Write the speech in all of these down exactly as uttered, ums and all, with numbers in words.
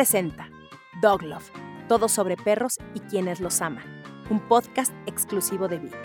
presenta Dog Love, todo sobre perros y quienes los aman, un podcast exclusivo de Vic.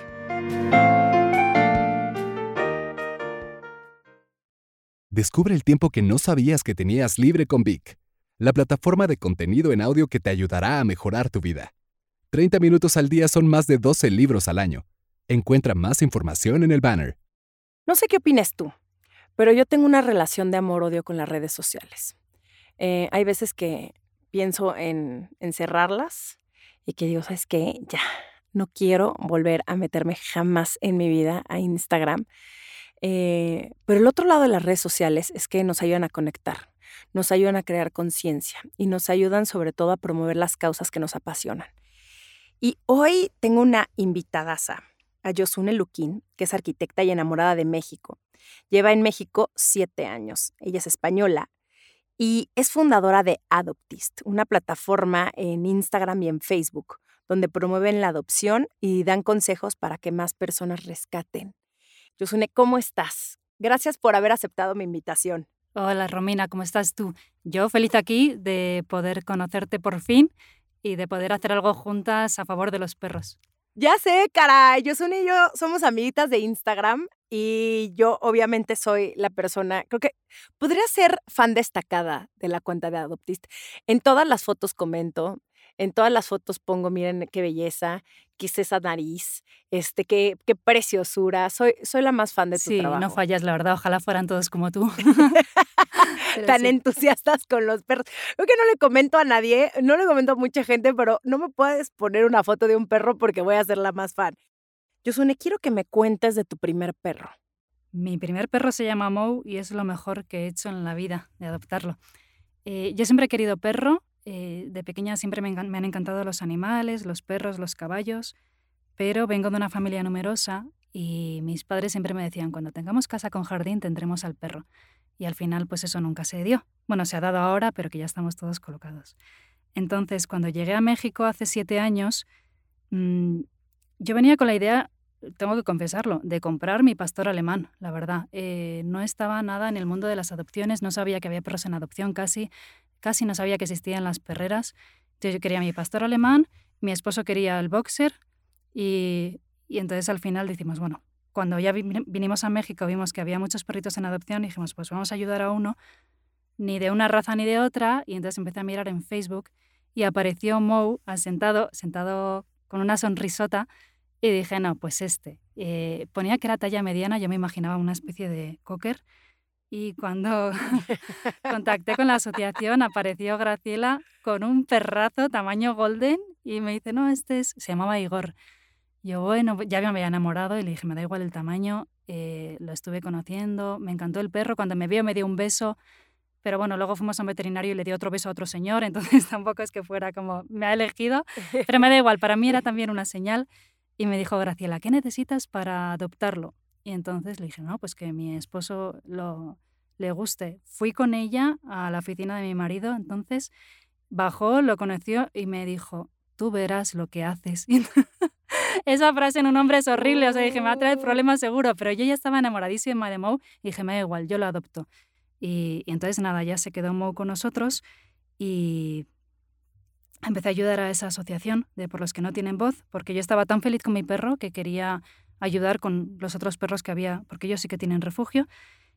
Descubre el tiempo que no sabías que tenías libre con Vic, la plataforma de contenido en audio que te ayudará a mejorar tu vida. treinta minutos al día son más de doce libros al año. Encuentra más información en el banner. No sé qué opines tú, pero yo tengo una relación de amor-odio con las redes sociales. Eh, hay veces que pienso en, en cerrarlas y que digo, ¿sabes qué? Ya, no quiero volver a meterme jamás en mi vida a Instagram. Eh, pero el otro lado de las redes sociales es que nos ayudan a conectar, nos ayudan a crear conciencia y nos ayudan sobre todo a promover las causas que nos apasionan. Y hoy tengo una invitadaza, a Yosune Luquín, que es arquitecta y enamorada de México. Lleva en México siete años. Ella es española y es fundadora de Adoptist, una plataforma en Instagram y en Facebook, donde promueven la adopción y dan consejos para que más personas rescaten. Yosune, ¿cómo estás? Gracias por haber aceptado mi invitación. Hola Romina, ¿cómo estás tú? Yo feliz aquí de poder conocerte por fin y de poder hacer algo juntas a favor de los perros. Ya sé, caray, Yosune y yo somos amiguitas de Instagram y yo obviamente soy la persona, creo que podría ser fan destacada de la cuenta de Adoptist. En todas las fotos comento, en todas las fotos pongo, miren qué belleza, qué es esa nariz, este, qué, qué preciosura, soy, soy la más fan de tu sí, trabajo. Sí, no fallas, la verdad, ojalá fueran todos como tú. Tan sí. entusiastas con los perros. Creo que no le comento a nadie, no le comento a mucha gente, pero no me puedes poner una foto de un perro porque voy a ser la más fan. Yosune, quiero que me cuentes de tu primer perro. Mi primer perro se llama Mou y es lo mejor que he hecho en la vida, de adoptarlo. Eh, yo siempre he querido perro, eh, de pequeña siempre me, me han encantado los animales, los perros, los caballos, pero vengo de una familia numerosa y mis padres siempre me decían, cuando tengamos casa con jardín tendremos al perro. Y al final, pues eso nunca se dio. Bueno, se ha dado ahora, pero que ya estamos todos colocados. Entonces, cuando llegué a México hace siete años, mmm, yo venía con la idea, tengo que confesarlo, de comprar mi pastor alemán, la verdad. Eh, no estaba nada en el mundo de las adopciones, no sabía que había perros en adopción casi, casi no sabía que existían las perreras. Entonces yo quería mi pastor alemán, mi esposo quería el boxer y, y entonces al final decimos, bueno, cuando ya vinimos a México vimos que había muchos perritos en adopción y dijimos, pues vamos a ayudar a uno, ni de una raza ni de otra, y entonces empecé a mirar en Facebook y apareció Mou sentado, sentado con una sonrisota y dije, no, pues este. Eh, ponía que era talla mediana, yo me imaginaba una especie de cocker y cuando contacté con la asociación apareció Graciela con un perrazo tamaño golden y me dice, no, este es, se llamaba Igor. Yo, bueno, ya me había enamorado y le dije, me da igual el tamaño, eh, lo estuve conociendo, me encantó el perro, cuando me vio me dio un beso, pero bueno, luego fuimos a un veterinario y le dio otro beso a otro señor, entonces tampoco es que fuera como, me ha elegido, pero me da igual, para mí era también una señal y me dijo, Graciela, ¿qué necesitas para adoptarlo? Y entonces le dije, no, pues que mi esposo lo, le guste. Fui con ella a la oficina de mi marido, entonces bajó, lo conoció y me dijo, tú verás lo que haces. Esa frase en un hombre es horrible, o sea, dije, me va a traer problemas seguro, pero yo ya estaba enamoradísima de Mou y dije, me da igual, yo lo adopto. Y, y entonces nada, ya se quedó Mou con nosotros y empecé a ayudar a esa asociación de por los que no tienen voz, porque yo estaba tan feliz con mi perro que quería ayudar con los otros perros que había, porque ellos sí que tienen refugio.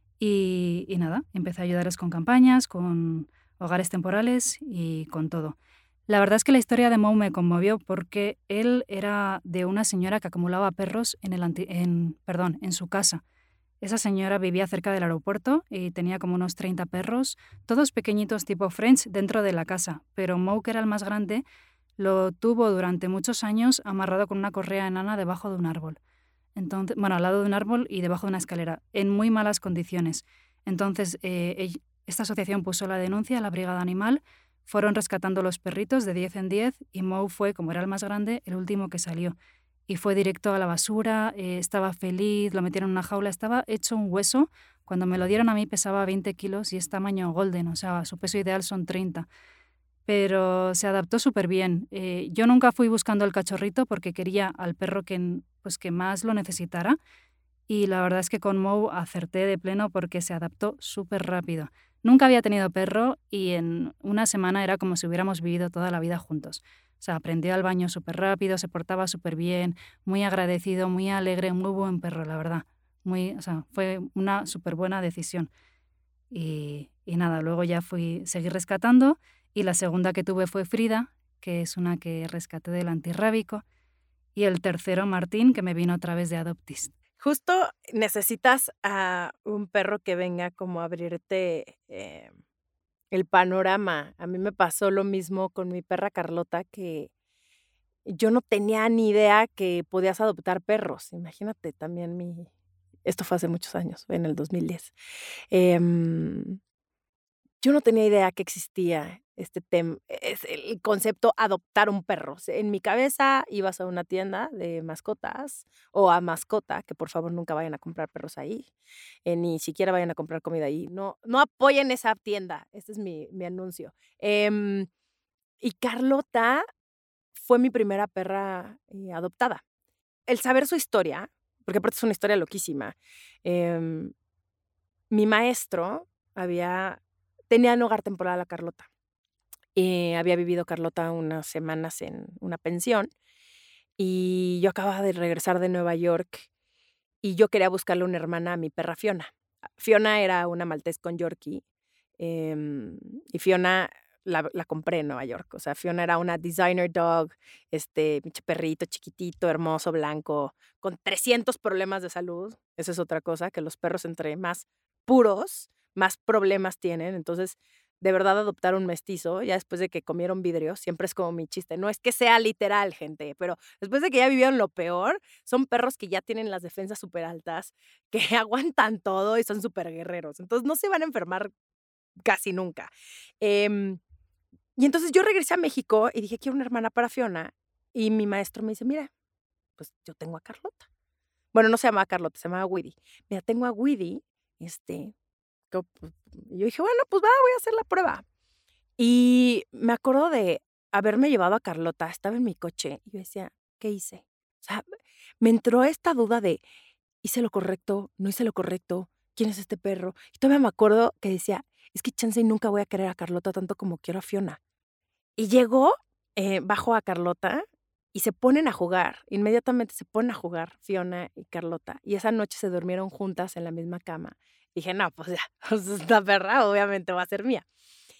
Y, y nada, empecé a ayudarles con campañas, con hogares temporales y con todo. La verdad es que la historia de Mou me conmovió porque él era de una señora que acumulaba perros en, el anti- en, perdón, en su casa. Esa señora vivía cerca del aeropuerto y tenía como unos treinta perros, todos pequeñitos tipo French dentro de la casa, pero Mou, que era el más grande, lo tuvo durante muchos años amarrado con una correa enana debajo de un árbol. Entonces, bueno, al lado de un árbol y debajo de una escalera, en muy malas condiciones. Entonces, eh, esta asociación puso la denuncia a la brigada animal, fueron rescatando los perritos de diez en diez y Mou fue, como era el más grande, el último que salió. Y fue directo a la basura, eh, estaba feliz, lo metieron en una jaula, estaba hecho un hueso. Cuando me lo dieron a mí pesaba veinte kilos y es tamaño golden, o sea, su peso ideal son treinta. Pero se adaptó súper bien. Eh, yo nunca fui buscando el cachorrito porque quería al perro que, pues, que más lo necesitara Y la verdad es que con Mou acerté de pleno porque se adaptó súper rápido. Nunca había tenido perro y en una semana era como si hubiéramos vivido toda la vida juntos. O sea, aprendió al baño súper rápido, se portaba súper bien, muy agradecido, muy alegre, muy buen perro, la verdad. Muy, o sea, fue una súper buena decisión. Y, y nada, luego ya fui, seguí rescatando y la segunda que tuve fue Frida, que es una que rescaté del antirrábico, y el tercero Martín, que me vino a través de Adoptis. Justo necesitas a un perro que venga como a abrirte eh, el panorama. A mí me pasó lo mismo con mi perra Carlota, que yo no tenía ni idea que podías adoptar perros. Imagínate también mi... Esto fue hace muchos años, fue en el dos mil diez. Em, yo no tenía idea que existía este tema, es el concepto adoptar un perro. O sea, en mi cabeza ibas a una tienda de mascotas o a Mascota, que por favor nunca vayan a comprar perros ahí, eh, ni siquiera vayan a comprar comida ahí. No, no apoyen esa tienda. Este es mi, mi anuncio. Em, y Carlota fue mi primera perra eh, adoptada. El saber su historia, porque aparte es una historia loquísima. em, Mi maestro había tenía en hogar temporal a Carlota. Eh, había vivido Carlota unas semanas en una pensión y yo acababa de regresar de Nueva York y yo quería buscarle una hermana a mi perra Fiona. Fiona era una maltés con Yorkie, em, y Fiona la la compré en Nueva York. O sea, Fiona era una designer dog, este, pinche perrito chiquitito, hermoso, blanco, con trescientos problemas de salud. Esa es otra cosa, que los perros entre más puros, más problemas tienen. Entonces, de verdad, adoptar un mestizo, ya después de que comieron vidrio, siempre es como mi chiste. No es que sea literal, gente, pero después de que ya vivieron lo peor, son perros que ya tienen las defensas súper altas, que aguantan todo y son súper guerreros. Entonces, no se van a enfermar casi nunca. Em, y entonces yo regresé a México y dije: "Quiero una hermana para Fiona", y mi maestro me dice: "Mira, pues yo tengo a Carlota". Bueno, no se llamaba Carlota, se llamaba Weedy. "Mira, tengo a Weedy, este, co pues", y yo dije: "Bueno, pues va, voy a hacer la prueba". Y me acuerdo de haberme llevado a Carlota, estaba en mi coche, y yo decía: "¿Qué hice?". O sea, me entró esta duda de: "¿Hice lo correcto? ¿No hice lo correcto? ¿Quién es este perro?". Y todavía me acuerdo que decía: "Es que chance y nunca voy a querer a Carlota tanto como quiero a Fiona". Y llegó, eh, bajo a Carlota y se ponen a jugar. Inmediatamente se ponen a jugar Fiona y Carlota, y esa noche se durmieron juntas en la misma cama. Dije: "No, pues ya, pues esta perra obviamente va a ser mía".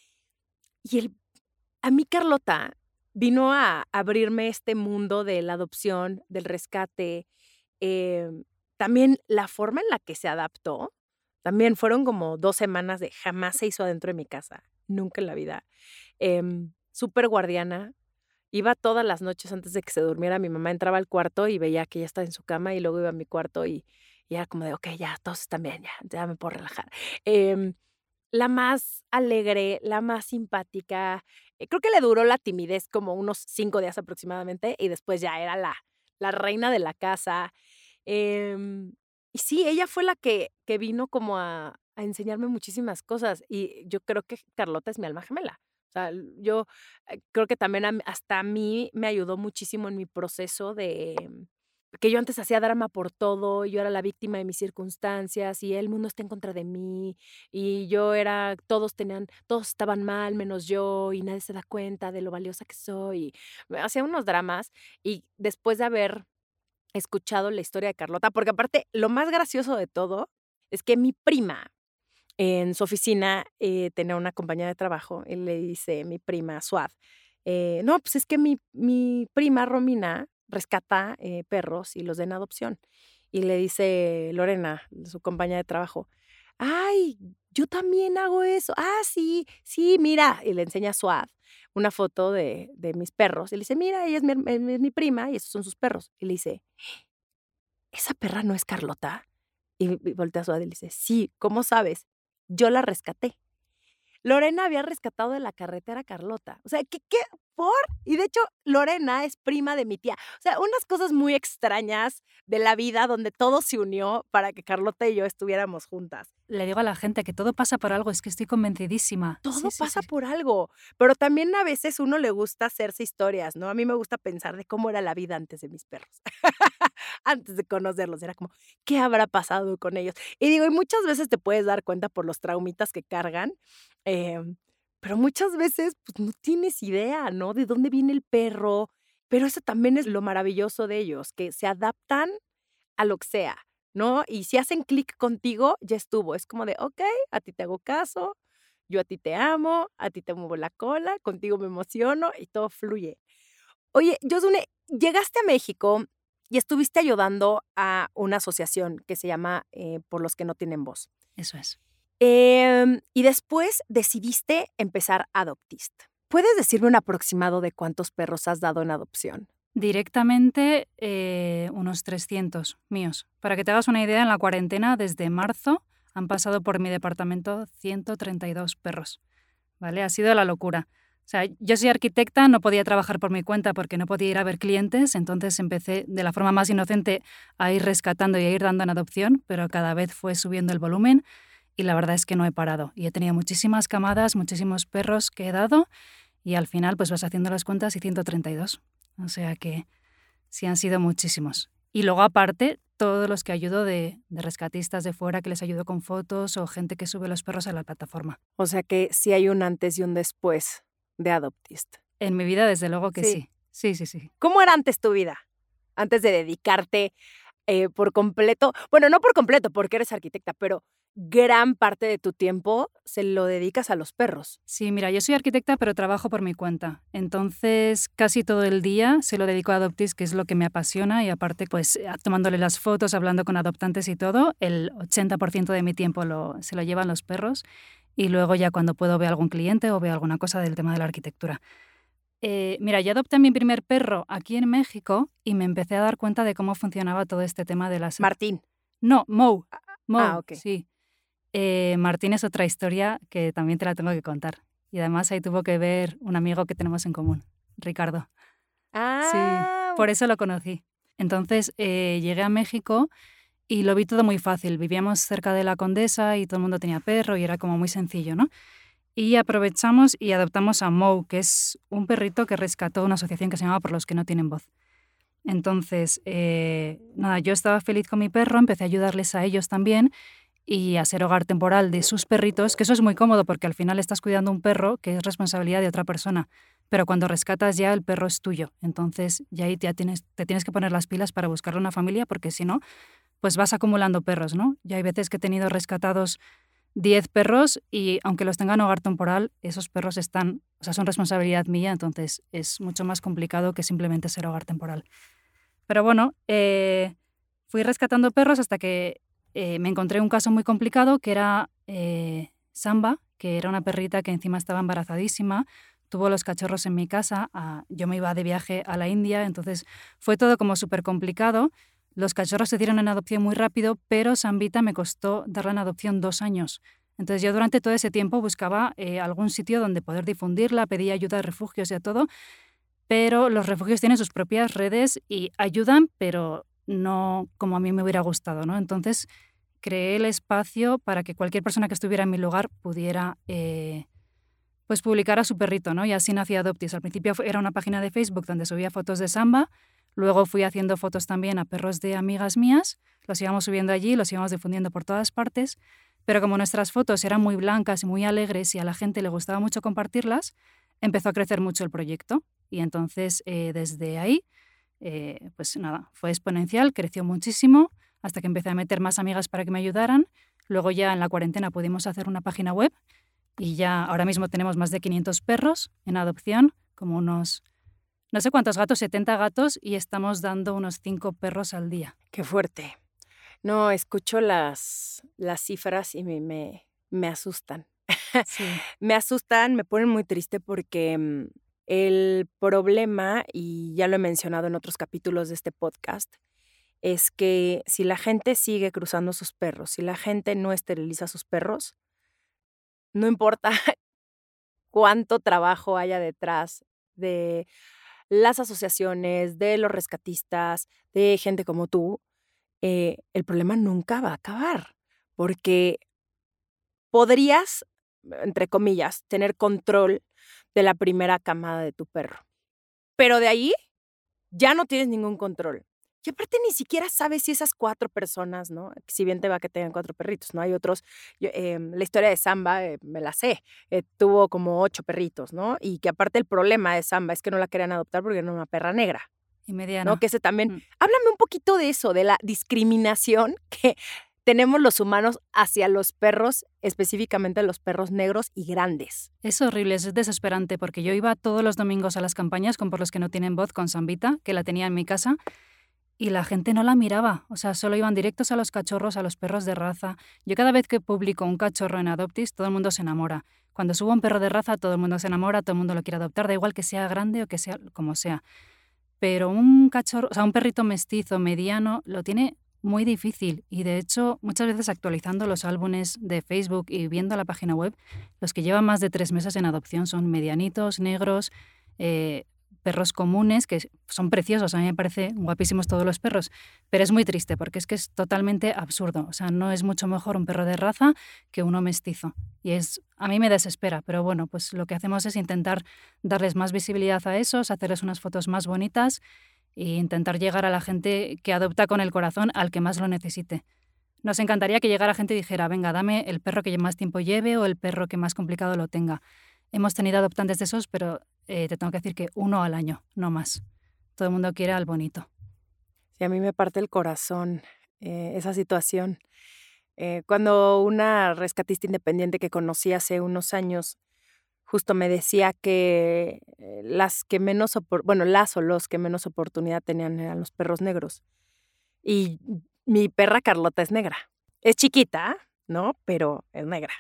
Y el a mí Carlota vino a abrirme este mundo de la adopción, del rescate, em, también la forma en la que se adaptó, también fueron como dos semanas de jamás se hizo adentro de mi casa, nunca en la vida. Em, súper guardiana, iba todas las noches antes de que se durmiera, mi mamá entraba al cuarto y veía que ella estaba en su cama, y luego iba a mi cuarto y y era como de: "Okey, ya, todos están bien, ya, ya me puedo relajar". Em, la más alegre, la más simpática, eh, creo que le duró la timidez como unos cinco días aproximadamente, y después ya era la la reina de la casa. Em, y sí, ella fue la que que vino como a a enseñarme muchísimas cosas, y yo creo que Carlota es mi alma gemela. O sea, l yo, eh, creo que también a hasta a mí me ayudó muchísimo en mi proceso de que yo antes hacía drama por todo, y yo era la víctima de mis circunstancias, y el mundo está en contra de mí, y yo era todos tenían todos estaban mal menos yo, y nadie se da cuenta de lo valiosa que soy, y hacía unos dramas, y después de haber escuchado la historia de Carlota, porque aparte, lo más gracioso de todo es que mi prima, en su oficina, eh, tenía una compañera de trabajo, y le dice mi prima, Suad, eh: "No, pues es que mi mi prima Romina rescata, eh, perros y los da en adopción". Y le dice Lorena, su compañera de trabajo: "Ay, yo también hago eso. Ah, sí, sí, mira". Y le enseña a Suad una foto de de mis perros, y le dice: "Mira, ella es mi herm es mi prima y esos son sus perros". Y le dice: "¿Esa perra no es Carlota?". Y y voltea a Suad y le dice: "Sí, ¿cómo sabes?". "Yo la rescaté". Lorena había rescatado de la carretera a Carlota. O sea, ¿qué qué ¿por? Y de hecho, Lorena es prima de mi tía. O sea, unas cosas muy extrañas de la vida donde todo se unió para que Carlota y yo estuviéramos juntas. Le digo a la gente que todo pasa por algo, es que estoy convencidísima. Todo Sí, sí, pasa sí. por algo, pero también a veces uno le gusta hacerse historias, ¿no? A mí me gusta pensar de cómo era la vida antes de mis perros, antes de conocerlos, era como, ¿qué habrá pasado con ellos? Y digo, y muchas veces te puedes dar cuenta por los traumitas que cargan, em, pero muchas veces, pues, no tienes idea, ¿no? De dónde viene el perro, pero eso también es lo maravilloso de ellos, que se adaptan a lo que sea, ¿no? Y si hacen clic contigo, ya estuvo. Es como de, okey, a ti te hago caso, yo a ti te amo, a ti te muevo la cola, contigo me emociono y todo fluye. Oye, Yosune, llegaste a México y estuviste ayudando a una asociación que se llama, eh, Por los que no tienen voz. Eso es. Em, y después decidiste empezar Adoptist. ¿Puedes decirme un aproximado de cuántos perros has dado en adopción? Directamente, eh, unos trescientos míos. Para que te hagas una idea, en la cuarentena, desde marzo, han pasado por mi departamento ciento treinta y dos perros, ¿vale? Ha sido la locura. O sea, yo soy arquitecta, no podía trabajar por mi cuenta porque no podía ir a ver clientes, entonces empecé de la forma más inocente a ir rescatando y a ir dando en adopción, pero cada vez fue subiendo el volumen y la verdad es que no he parado. Y he tenido muchísimas camadas, muchísimos perros que he dado y al final pues vas haciendo las cuentas y ciento treinta y dos. O sea que sí han sido muchísimos. Y luego aparte, todos los que ayudo de, de rescatistas de fuera, que les ayudo con fotos o gente que sube los perros a la plataforma. O sea que sí hay un antes y un después de Adoptist. En mi vida, desde luego que Sí. sí. Sí, sí, sí. ¿Cómo era antes tu vida? Antes de dedicarte, eh, por completo, bueno, no por completo, porque eres arquitecta, pero gran parte de tu tiempo se lo dedicas a los perros. Sí, mira, yo soy arquitecta, pero trabajo por mi cuenta. Entonces, casi todo el día se lo dedico a Adoptis, que es lo que me apasiona, y aparte, pues, eh, tomándole las fotos, hablando con adoptantes y todo, el ochenta por ciento de mi tiempo lo, se lo llevan los perros, y luego ya cuando puedo veo algún cliente o veo alguna cosa del tema de la arquitectura. Eh, mira, yo adopté a mi primer perro aquí en México y me empecé a dar cuenta de cómo funcionaba todo este tema de las... Martín. No, Mou. Mou, Ah, ok. sí. Eh, Martín es otra historia que también te la tengo que contar. Y además ahí tuvo que ver un amigo que tenemos en común, Ricardo. Sí, Ah, por eso lo conocí. Entonces eh, llegué a México y lo vi todo muy fácil. Vivíamos cerca de la Condesa y todo el mundo tenía perro y era como muy sencillo, ¿no? Y aprovechamos y adoptamos a Mou, que es un perrito que rescató una asociación que se llama Por los que no tienen voz. Entonces, eh, nada, yo estaba feliz con mi perro, empecé a ayudarles a ellos también y a ser hogar temporal de sus perritos, que eso es muy cómodo porque al final estás cuidando un perro que es responsabilidad de otra persona, pero cuando rescatas ya el perro es tuyo, entonces ya ahí ya tienes, te tienes que poner las pilas para buscarle una familia porque si no, pues vas acumulando perros, ¿no? Ya hay veces que he tenido rescatados diez perros y aunque los tengan hogar temporal, esos perros están, o sea, son responsabilidad mía, entonces es mucho más complicado que simplemente ser hogar temporal. Pero bueno, eh, fui rescatando perros hasta que eh, me encontré un caso muy complicado que era eh, Samba, que era una perrita que encima estaba embarazadísima, tuvo los cachorros en mi casa, a, yo me iba de viaje a la India, entonces fue todo como súper complicado. Los cachorros se dieron en adopción muy rápido, pero Sambita me costó darla en adopción dos años. Entonces yo durante todo ese tiempo buscaba eh, algún sitio donde poder difundirla, pedía ayuda de refugios y a todo, pero los refugios tienen sus propias redes y ayudan, pero no como a mí me hubiera gustado, ¿no? Entonces creé el espacio para que cualquier persona que estuviera en mi lugar pudiera eh, pues publicar a su perrito, ¿no? Y así nació Adoptis. Al principio era una página de Facebook donde subía fotos de Samba, luego fui haciendo fotos también a perros de amigas mías, los íbamos subiendo allí, los íbamos difundiendo por todas partes, pero como nuestras fotos eran muy blancas y muy alegres y a la gente le gustaba mucho compartirlas, empezó a crecer mucho el proyecto. Y entonces eh, desde ahí, eh, pues nada, fue exponencial, creció muchísimo, hasta que empecé a meter más amigas para que me ayudaran. Luego ya en la cuarentena pudimos hacer una página web y ya ahora mismo tenemos más de quinientos perros en adopción, como unos, no sé cuántos gatos, setenta gatos, y estamos dando unos cinco perros al día. Qué fuerte. No, escucho las, las cifras y me, me, me asustan. Sí. Me asustan, me ponen muy triste porque mm, el problema, y ya lo he mencionado en otros capítulos de este podcast, es que si la gente sigue cruzando sus perros, si la gente no esteriliza a sus perros, no importa cuánto trabajo haya detrás de las asociaciones, de los rescatistas, de gente como tú, eh, el problema nunca va a acabar, porque podrías, entre comillas, tener control de la primera camada de tu perro, pero de ahí ya no tienes ningún control. Y aparte ni siquiera sabes si esas cuatro personas, ¿no? Si bien te va que tengan cuatro perritos, ¿no? Hay otros, yo, eh, la historia de Samba, eh, me la sé, eh, tuvo como ocho perritos, ¿no? Y que aparte el problema de Samba es que no la querían adoptar porque era una perra negra. Y mediana. ¿No? Que ese también, Mm. háblame un poquito de eso, de la discriminación que tenemos los humanos hacia los perros, específicamente los perros negros y grandes. Es horrible, es desesperante, porque yo iba todos los domingos a las campañas con Por los que no tienen voz, con Sambita, que la tenía en mi casa, y la gente no la miraba. O sea, solo iban directos a los cachorros, a los perros de raza. Yo cada vez que publico un cachorro en Adoptis, todo el mundo se enamora. Cuando subo un perro de raza, todo el mundo se enamora, todo el mundo lo quiere adoptar, da igual que sea grande o que sea como sea. Pero un cachorro, o sea, un perrito mestizo, mediano, lo tiene muy difícil. Y de hecho, muchas veces actualizando los álbumes de Facebook y viendo la página web, los que llevan más de tres meses en adopción son medianitos, negros, eh, perros comunes, que son preciosos. A mí me parecen guapísimos todos los perros, pero es muy triste porque es que es totalmente absurdo. O sea, no es mucho mejor un perro de raza que uno mestizo. Y es, a mí me desespera, pero bueno, pues lo que hacemos es intentar darles más visibilidad a esos, hacerles unas fotos más bonitas e intentar llegar a la gente que adopta con el corazón al que más lo necesite. Nos encantaría que llegara gente y dijera, venga, dame el perro que más tiempo lleve o el perro que más complicado lo tenga. Hemos tenido adoptantes de esos, pero eh, te tengo que decir que uno al año, no más. Todo el mundo quiere al bonito. Sí, a mí me parte el corazón eh, esa situación. Eh, cuando una rescatista independiente que conocí hace unos años justo me decía que eh, las que menos, opor- bueno, las o los que menos oportunidad tenían eran los perros negros. Y mi perra Carlota es negra. Es chiquita, ¿no? Pero es negra.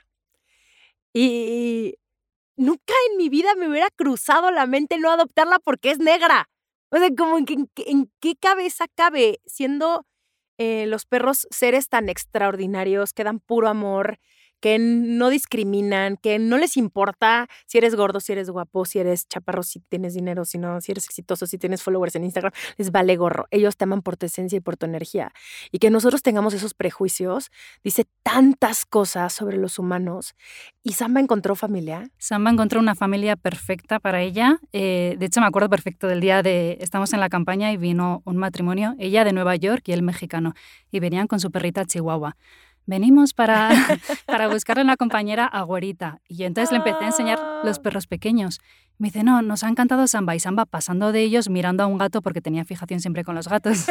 Y nunca en mi vida me hubiera cruzado la mente no adoptarla porque es negra. O sea, como en, que- en qué- en qué cabeza cabe, siendo eh, los perros seres tan extraordinarios, que dan puro amor, que no discriminan, que no les importa si eres gordo, si eres guapo, si eres chaparro, si tienes dinero, si no, si eres exitoso, si tienes followers en Instagram, les vale gorro. Ellos te aman por tu esencia y por tu energía. Y que nosotros tengamos esos prejuicios dice tantas cosas sobre los humanos. ¿Y Samba encontró familia? Samba encontró una familia perfecta para ella. Eh, de hecho, me acuerdo perfecto del día de... Estamos en la campaña y vino un matrimonio, ella de Nueva York y él mexicano, y venían con su perrita Chihuahua. Venimos para, para buscarle una compañera a Güerita. Y yo entonces le empecé a enseñar los perros pequeños. Me dice, no, nos ha encantado Samba. Y Samba pasando de ellos, mirando a un gato, porque tenía fijación siempre con los gatos.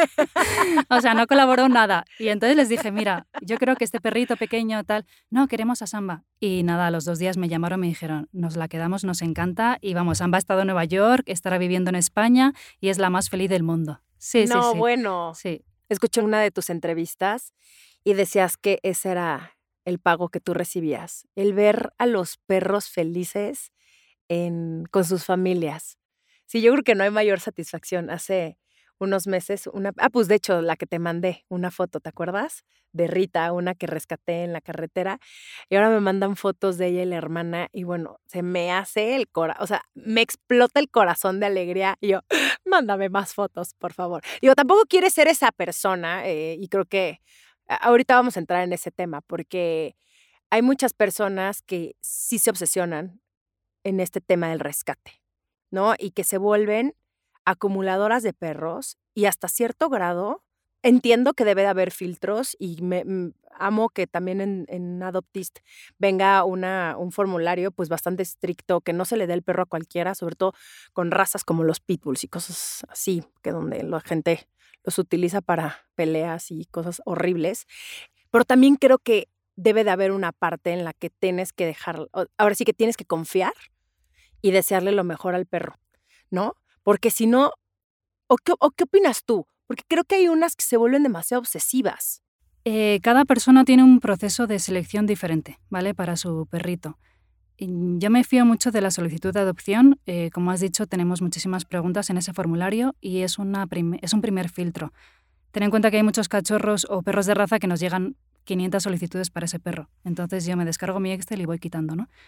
O sea, no colaboró nada. Y entonces les dije, mira, yo creo que este perrito pequeño, tal, no, queremos a Samba. Y nada, a los dos días me llamaron y me dijeron, nos la quedamos, nos encanta. Y vamos, Samba ha estado en Nueva York, estará viviendo en España y es la más feliz del mundo. Sí, no, sí, sí. bueno. Sí. Escuché una de tus entrevistas y decías que ese era el pago que tú recibías, el ver a los perros felices en, con sus familias. Sí, yo creo que no hay mayor satisfacción. Hace unos meses, una, ah, pues de hecho la que te mandé, una foto, ¿te acuerdas? De Rita, una que rescaté en la carretera, y ahora me mandan fotos de ella y la hermana, y bueno, se me hace el corazón, o sea, me explota el corazón de alegría, y yo, mándame más fotos, por favor. Digo, tampoco quieres ser esa persona, eh, y creo que ahorita vamos a entrar en ese tema, porque hay muchas personas que sí se obsesionan en este tema del rescate, ¿no? Y que se vuelven acumuladoras de perros y hasta cierto grado entiendo que debe de haber filtros y me, m, amo que también en, en Adoptist venga una, un formulario pues bastante estricto, que no se le dé el perro a cualquiera, sobre todo con razas como los pitbulls y cosas así, que donde la gente los utiliza para peleas y cosas horribles. Pero también creo que debe de haber una parte en la que tienes que dejar, ahora sí que tienes que confiar y desearle lo mejor al perro, ¿no? Porque si no, ¿o qué, o qué opinas tú? Porque creo que hay unas que se vuelven demasiado obsesivas. Eh, cada persona tiene un proceso de selección diferente, ¿vale? Para su perrito. Yo me fío mucho de la solicitud de adopción. Eh, como has dicho, tenemos muchísimas preguntas en ese formulario y es, una prim- es un primer filtro. Ten en cuenta que hay muchos cachorros o perros de raza que nos llegan quinientas solicitudes para ese perro. Entonces yo me descargo mi Excel y voy quitando, ¿no?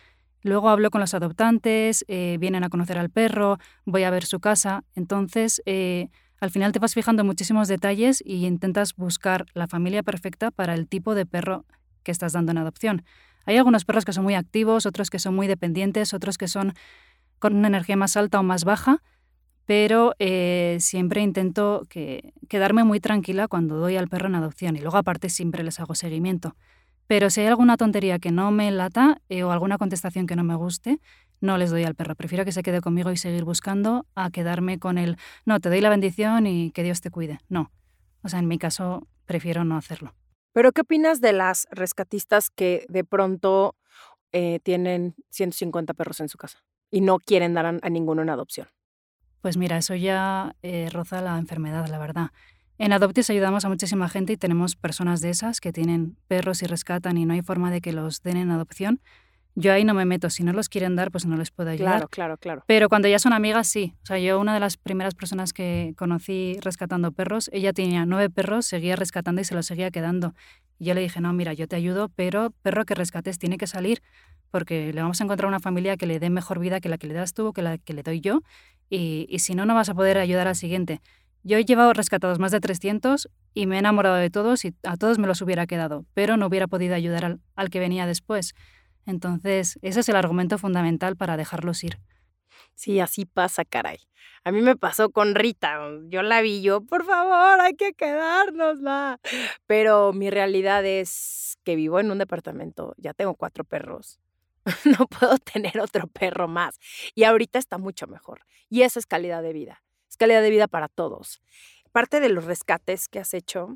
Luego hablo con los adoptantes, eh, vienen a conocer al perro, voy a ver su casa. Entonces, eh, al final te vas fijando en muchísimos detalles y intentas buscar la familia perfecta para el tipo de perro que estás dando en adopción. Hay algunos perros que son muy activos, otros que son muy dependientes, otros que son con una energía más alta o más baja, pero eh, siempre intento que, quedarme muy tranquila cuando doy al perro en adopción y luego aparte siempre les hago seguimiento. Pero si hay alguna tontería que no me lata eh, o alguna contestación que no me guste, no les doy al perro. Prefiero que se quede conmigo y seguir buscando a quedarme con el, no, te doy la bendición y que Dios te cuide. No. O sea, en mi caso, prefiero no hacerlo. ¿Pero qué opinas de las rescatistas que de pronto eh, tienen ciento cincuenta perros en su casa y no quieren dar a, a ninguno en adopción? Pues mira, eso ya eh, roza la enfermedad, la verdad. En Adoptis ayudamos a muchísima gente y tenemos personas de esas que tienen perros y rescatan y no hay forma de que los den en adopción. Yo ahí no me meto. Si no los quieren dar, pues no les puedo ayudar. Claro, claro, claro. Pero cuando ya son amigas, sí. O sea, yo una de las primeras personas que conocí rescatando perros, ella tenía nueve perros, seguía rescatando y se los seguía quedando. Y yo le dije, no, mira, yo te ayudo, pero perro que rescates tiene que salir porque le vamos a encontrar una familia que le dé mejor vida que la que le das tú o que la que le doy yo. Y, y si no, no vas a poder ayudar al siguiente. Yo he llevado rescatados más de trescientos y me he enamorado de todos y a todos me los hubiera quedado, pero no hubiera podido ayudar al, al que venía después. Entonces, ese es el argumento fundamental para dejarlos ir. Sí, así pasa, caray. A mí me pasó con Rita. Yo la vi, yo, por favor, hay que quedárnosla. Pero mi realidad es que vivo en un departamento, ya tengo cuatro perros. No puedo tener otro perro más. Y ahorita está mucho mejor. Y eso es calidad de vida. Es calidad de vida para todos. Parte de los rescates que has hecho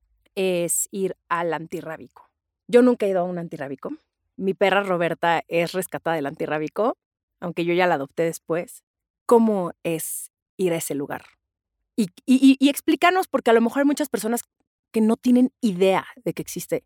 es ir al antirrábico. Yo nunca he ido a un antirrábico. Mi perra Roberta es rescatada del antirrábico, aunque yo ya la adopté después. ¿Cómo es ir a ese lugar? Y, y, y explícanos, porque a lo mejor hay muchas personas que no tienen idea de que existe.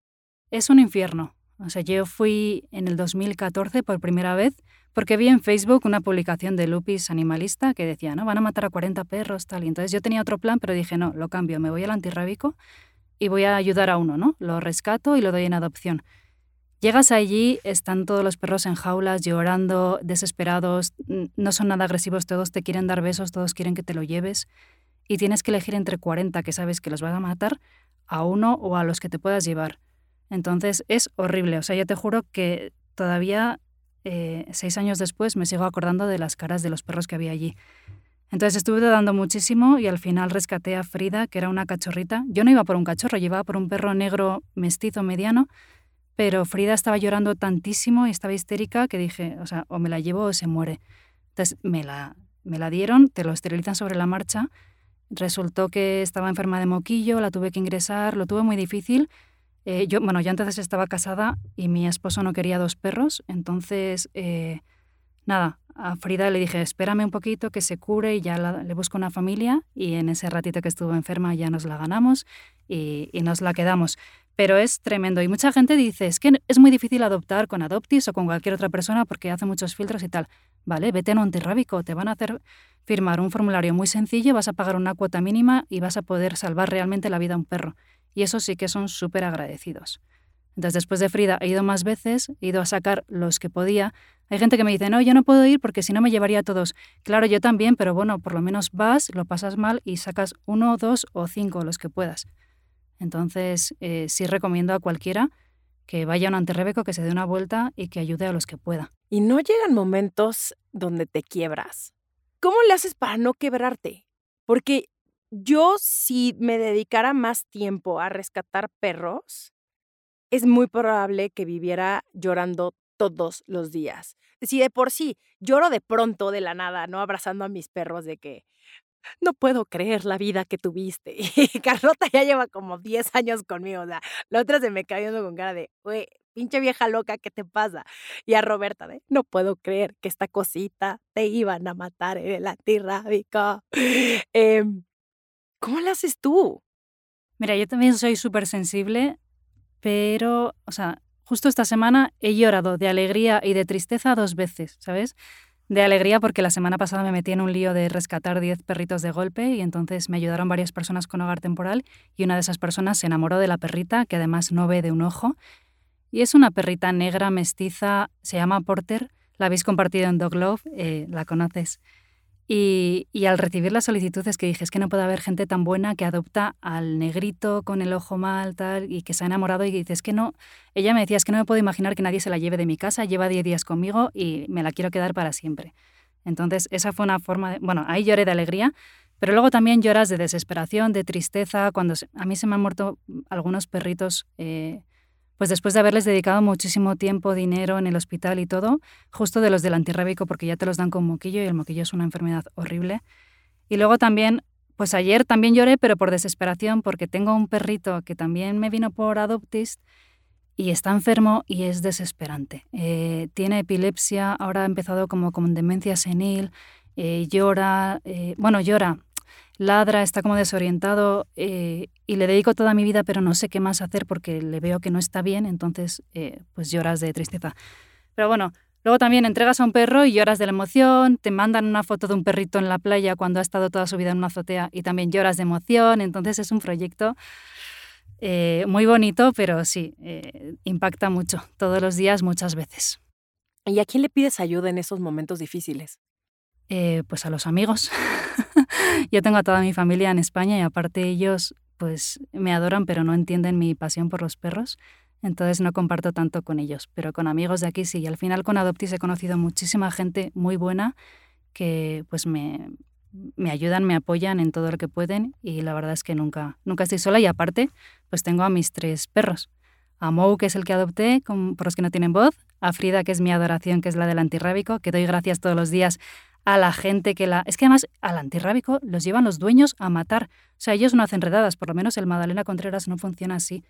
Es un infierno. O sea, yo fui en el dos mil catorce por primera vez porque vi en Facebook una publicación de Lupis Animalista que decía, no, van a matar a cuarenta perros, tal. Y entonces yo tenía otro plan, pero dije, no, lo cambio, me voy al antirrábico y voy a ayudar a uno, ¿no? Lo rescato y lo doy en adopción. Llegas allí, están todos los perros en jaulas, llorando, desesperados, no son nada agresivos, todos te quieren dar besos, todos quieren que te lo lleves y tienes que elegir entre cuarenta que sabes que los vas a matar, a uno o a los que te puedas llevar. Entonces es horrible, o sea, yo te juro que todavía eh, seis años después me sigo acordando de las caras de los perros que había allí. Entonces estuve dudando muchísimo y al final rescaté a Frida, que era una cachorrita. Yo no iba por un cachorro, iba por un perro negro mestizo mediano, pero Frida estaba llorando tantísimo y estaba histérica que dije, o sea, o me la llevo o se muere. Entonces me la, me la dieron, te lo esterilizan sobre la marcha. Resultó que estaba enferma de moquillo, la tuve que ingresar, lo tuve muy difícil. Eh, yo, bueno, yo entonces estaba casada y mi esposo no quería dos perros, entonces, eh, nada, a Frida le dije, espérame un poquito que se cure y ya la, le busco una familia y en ese ratito que estuvo enferma ya nos la ganamos y, y nos la quedamos. Pero es tremendo y mucha gente dice, es que es muy difícil adoptar con Adoptis o con cualquier otra persona porque hace muchos filtros y tal. Vale, vete a un antirrábico, te van a hacer firmar un formulario muy sencillo, vas a pagar una cuota mínima y vas a poder salvar realmente la vida a un perro. Y eso sí que son súper agradecidos. Entonces, después de Frida he ido más veces, he ido a sacar los que podía. Hay gente que me dice, no, yo no puedo ir porque si no me llevaría a todos. Claro, yo también, pero bueno, por lo menos vas, lo pasas mal y sacas uno, dos o cinco, los que puedas. Entonces, eh, sí recomiendo a cualquiera que vaya a un antirrábico, que se dé una vuelta y que ayude a los que pueda. ¿Y no llegan momentos donde te quiebras? ¿Cómo le haces para no quebrarte? Porque yo, si me dedicara más tiempo a rescatar perros, es muy probable que viviera llorando todos los días. Si de por sí lloro de pronto, de la nada, ¿no? Abrazando a mis perros de que no puedo creer la vida que tuviste. Y Carlota ya lleva como diez años conmigo. O sea, la otra se me cae viendo con cara de, güey, pinche vieja loca, ¿qué te pasa? Y a Roberta de, no puedo creer que esta cosita te iban a matar en el antirrábico. Eh, ¿Cómo lo haces tú? Mira, yo también soy súper sensible, pero, o sea, justo esta semana he llorado de alegría y de tristeza dos veces, ¿sabes? De alegría porque la semana pasada me metí en un lío de rescatar diez perritos de golpe y entonces me ayudaron varias personas con hogar temporal y una de esas personas se enamoró de la perrita, que además no ve de un ojo. Y es una perrita negra mestiza, se llama Porter, la habéis compartido en Dog Love, eh, la conoces. Y, y al recibir la solicitud es que dije, es que no puede haber gente tan buena que adopta al negrito con el ojo mal, tal, y que se ha enamorado y dice, es que no, ella me decía, es que no me puedo imaginar que nadie se la lleve de mi casa, lleva diez días conmigo y me la quiero quedar para siempre. Entonces esa fue una forma de, bueno, ahí lloré de alegría, pero luego también lloras de desesperación, de tristeza, cuando se, a mí se me han muerto algunos perritos, eh, pues después de haberles dedicado muchísimo tiempo, dinero en el hospital y todo, justo de los del antirrábico, porque ya te los dan con moquillo y el moquillo es una enfermedad horrible. Y luego también, pues ayer también lloré, pero por desesperación, porque tengo un perrito que también me vino por Adoptist y está enfermo y es desesperante. Eh, tiene epilepsia, ahora ha empezado como con demencia senil, eh, llora, eh, bueno, llora, ladra, está como desorientado eh, y le dedico toda mi vida, pero no sé qué más hacer porque le veo que no está bien, entonces eh, pues lloras de tristeza. Pero bueno, luego también entregas a un perro y lloras de la emoción, te mandan una foto de un perrito en la playa cuando ha estado toda su vida en una azotea y también lloras de emoción, entonces es un proyecto eh, muy bonito, pero sí, eh, impacta mucho, todos los días, muchas veces. ¿Y a quién le pides ayuda en esos momentos difíciles? Eh, pues a los amigos. Yo tengo a toda mi familia en España y aparte ellos pues me adoran pero no entienden mi pasión por los perros, entonces no comparto tanto con ellos, pero con amigos de aquí sí. Y al final con Adoptis he conocido muchísima gente muy buena que pues me, me ayudan, me apoyan en todo lo que pueden y la verdad es que nunca, nunca estoy sola y aparte pues tengo a mis tres perros. A Mou, que es el que adopté, con, por los que no tienen voz, a Frida, que es mi adoración, que es la del antirrábico, que doy gracias todos los días a la gente que la... Es que además al antirrábico los llevan los dueños a matar. O sea, ellos no hacen redadas, por lo menos el Madalena Contreras no funciona así.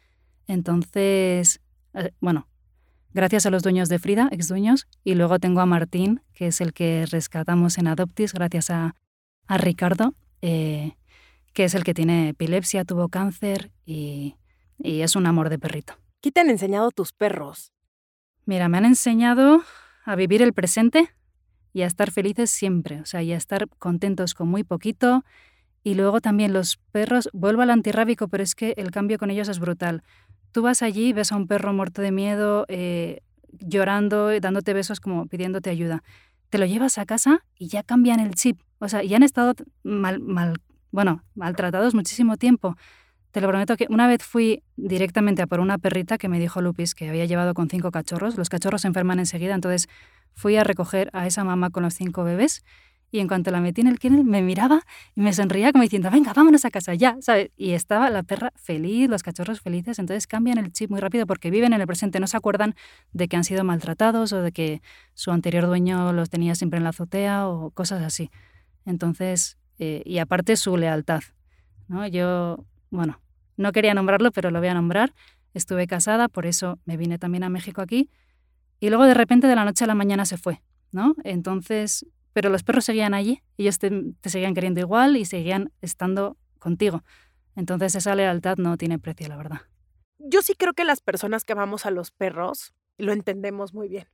Entonces, eh, bueno, gracias a los dueños de Frida, exdueños, y luego tengo a Martín, que es el que rescatamos en Adoptis, gracias a, a Ricardo, eh, que es el que tiene epilepsia, tuvo cáncer y, y es un amor de perrito. ¿Qué te han enseñado tus perros? Mira, me han enseñado a vivir el presente y a estar felices siempre, o sea, y a estar contentos con muy poquito. Y luego también los perros, vuelvo al antirrábico, pero es que el cambio con ellos es brutal. Tú vas allí, ves a un perro muerto de miedo, eh, llorando, dándote besos como pidiéndote ayuda. Te lo llevas a casa y ya cambian el chip, o sea, ya han estado mal, mal, bueno, maltratados muchísimo tiempo. Te lo prometo que una vez fui directamente a por una perrita que me dijo Lupis que había llevado con cinco cachorros. Los cachorros se enferman enseguida, entonces fui a recoger a esa mamá con los cinco bebés y en cuanto la metí en el kennel me miraba y me sonreía como diciendo, venga, vámonos a casa ya, ¿sabes? Y estaba la perra feliz, los cachorros felices, entonces cambian el chip muy rápido porque viven en el presente, no se acuerdan de que han sido maltratados o de que su anterior dueño los tenía siempre en la azotea o cosas así. Entonces, eh, y aparte su lealtad, ¿no? Yo... Bueno, no quería nombrarlo, pero lo voy a nombrar. Estuve casada, por eso me vine también a México aquí. Y luego de repente de la noche a la mañana se fue, ¿no? Entonces, pero los perros seguían allí, ellos te, te seguían queriendo igual y seguían estando contigo. Entonces esa lealtad no tiene precio, la verdad. Yo sí creo que las personas que amamos a los perros lo entendemos muy bien.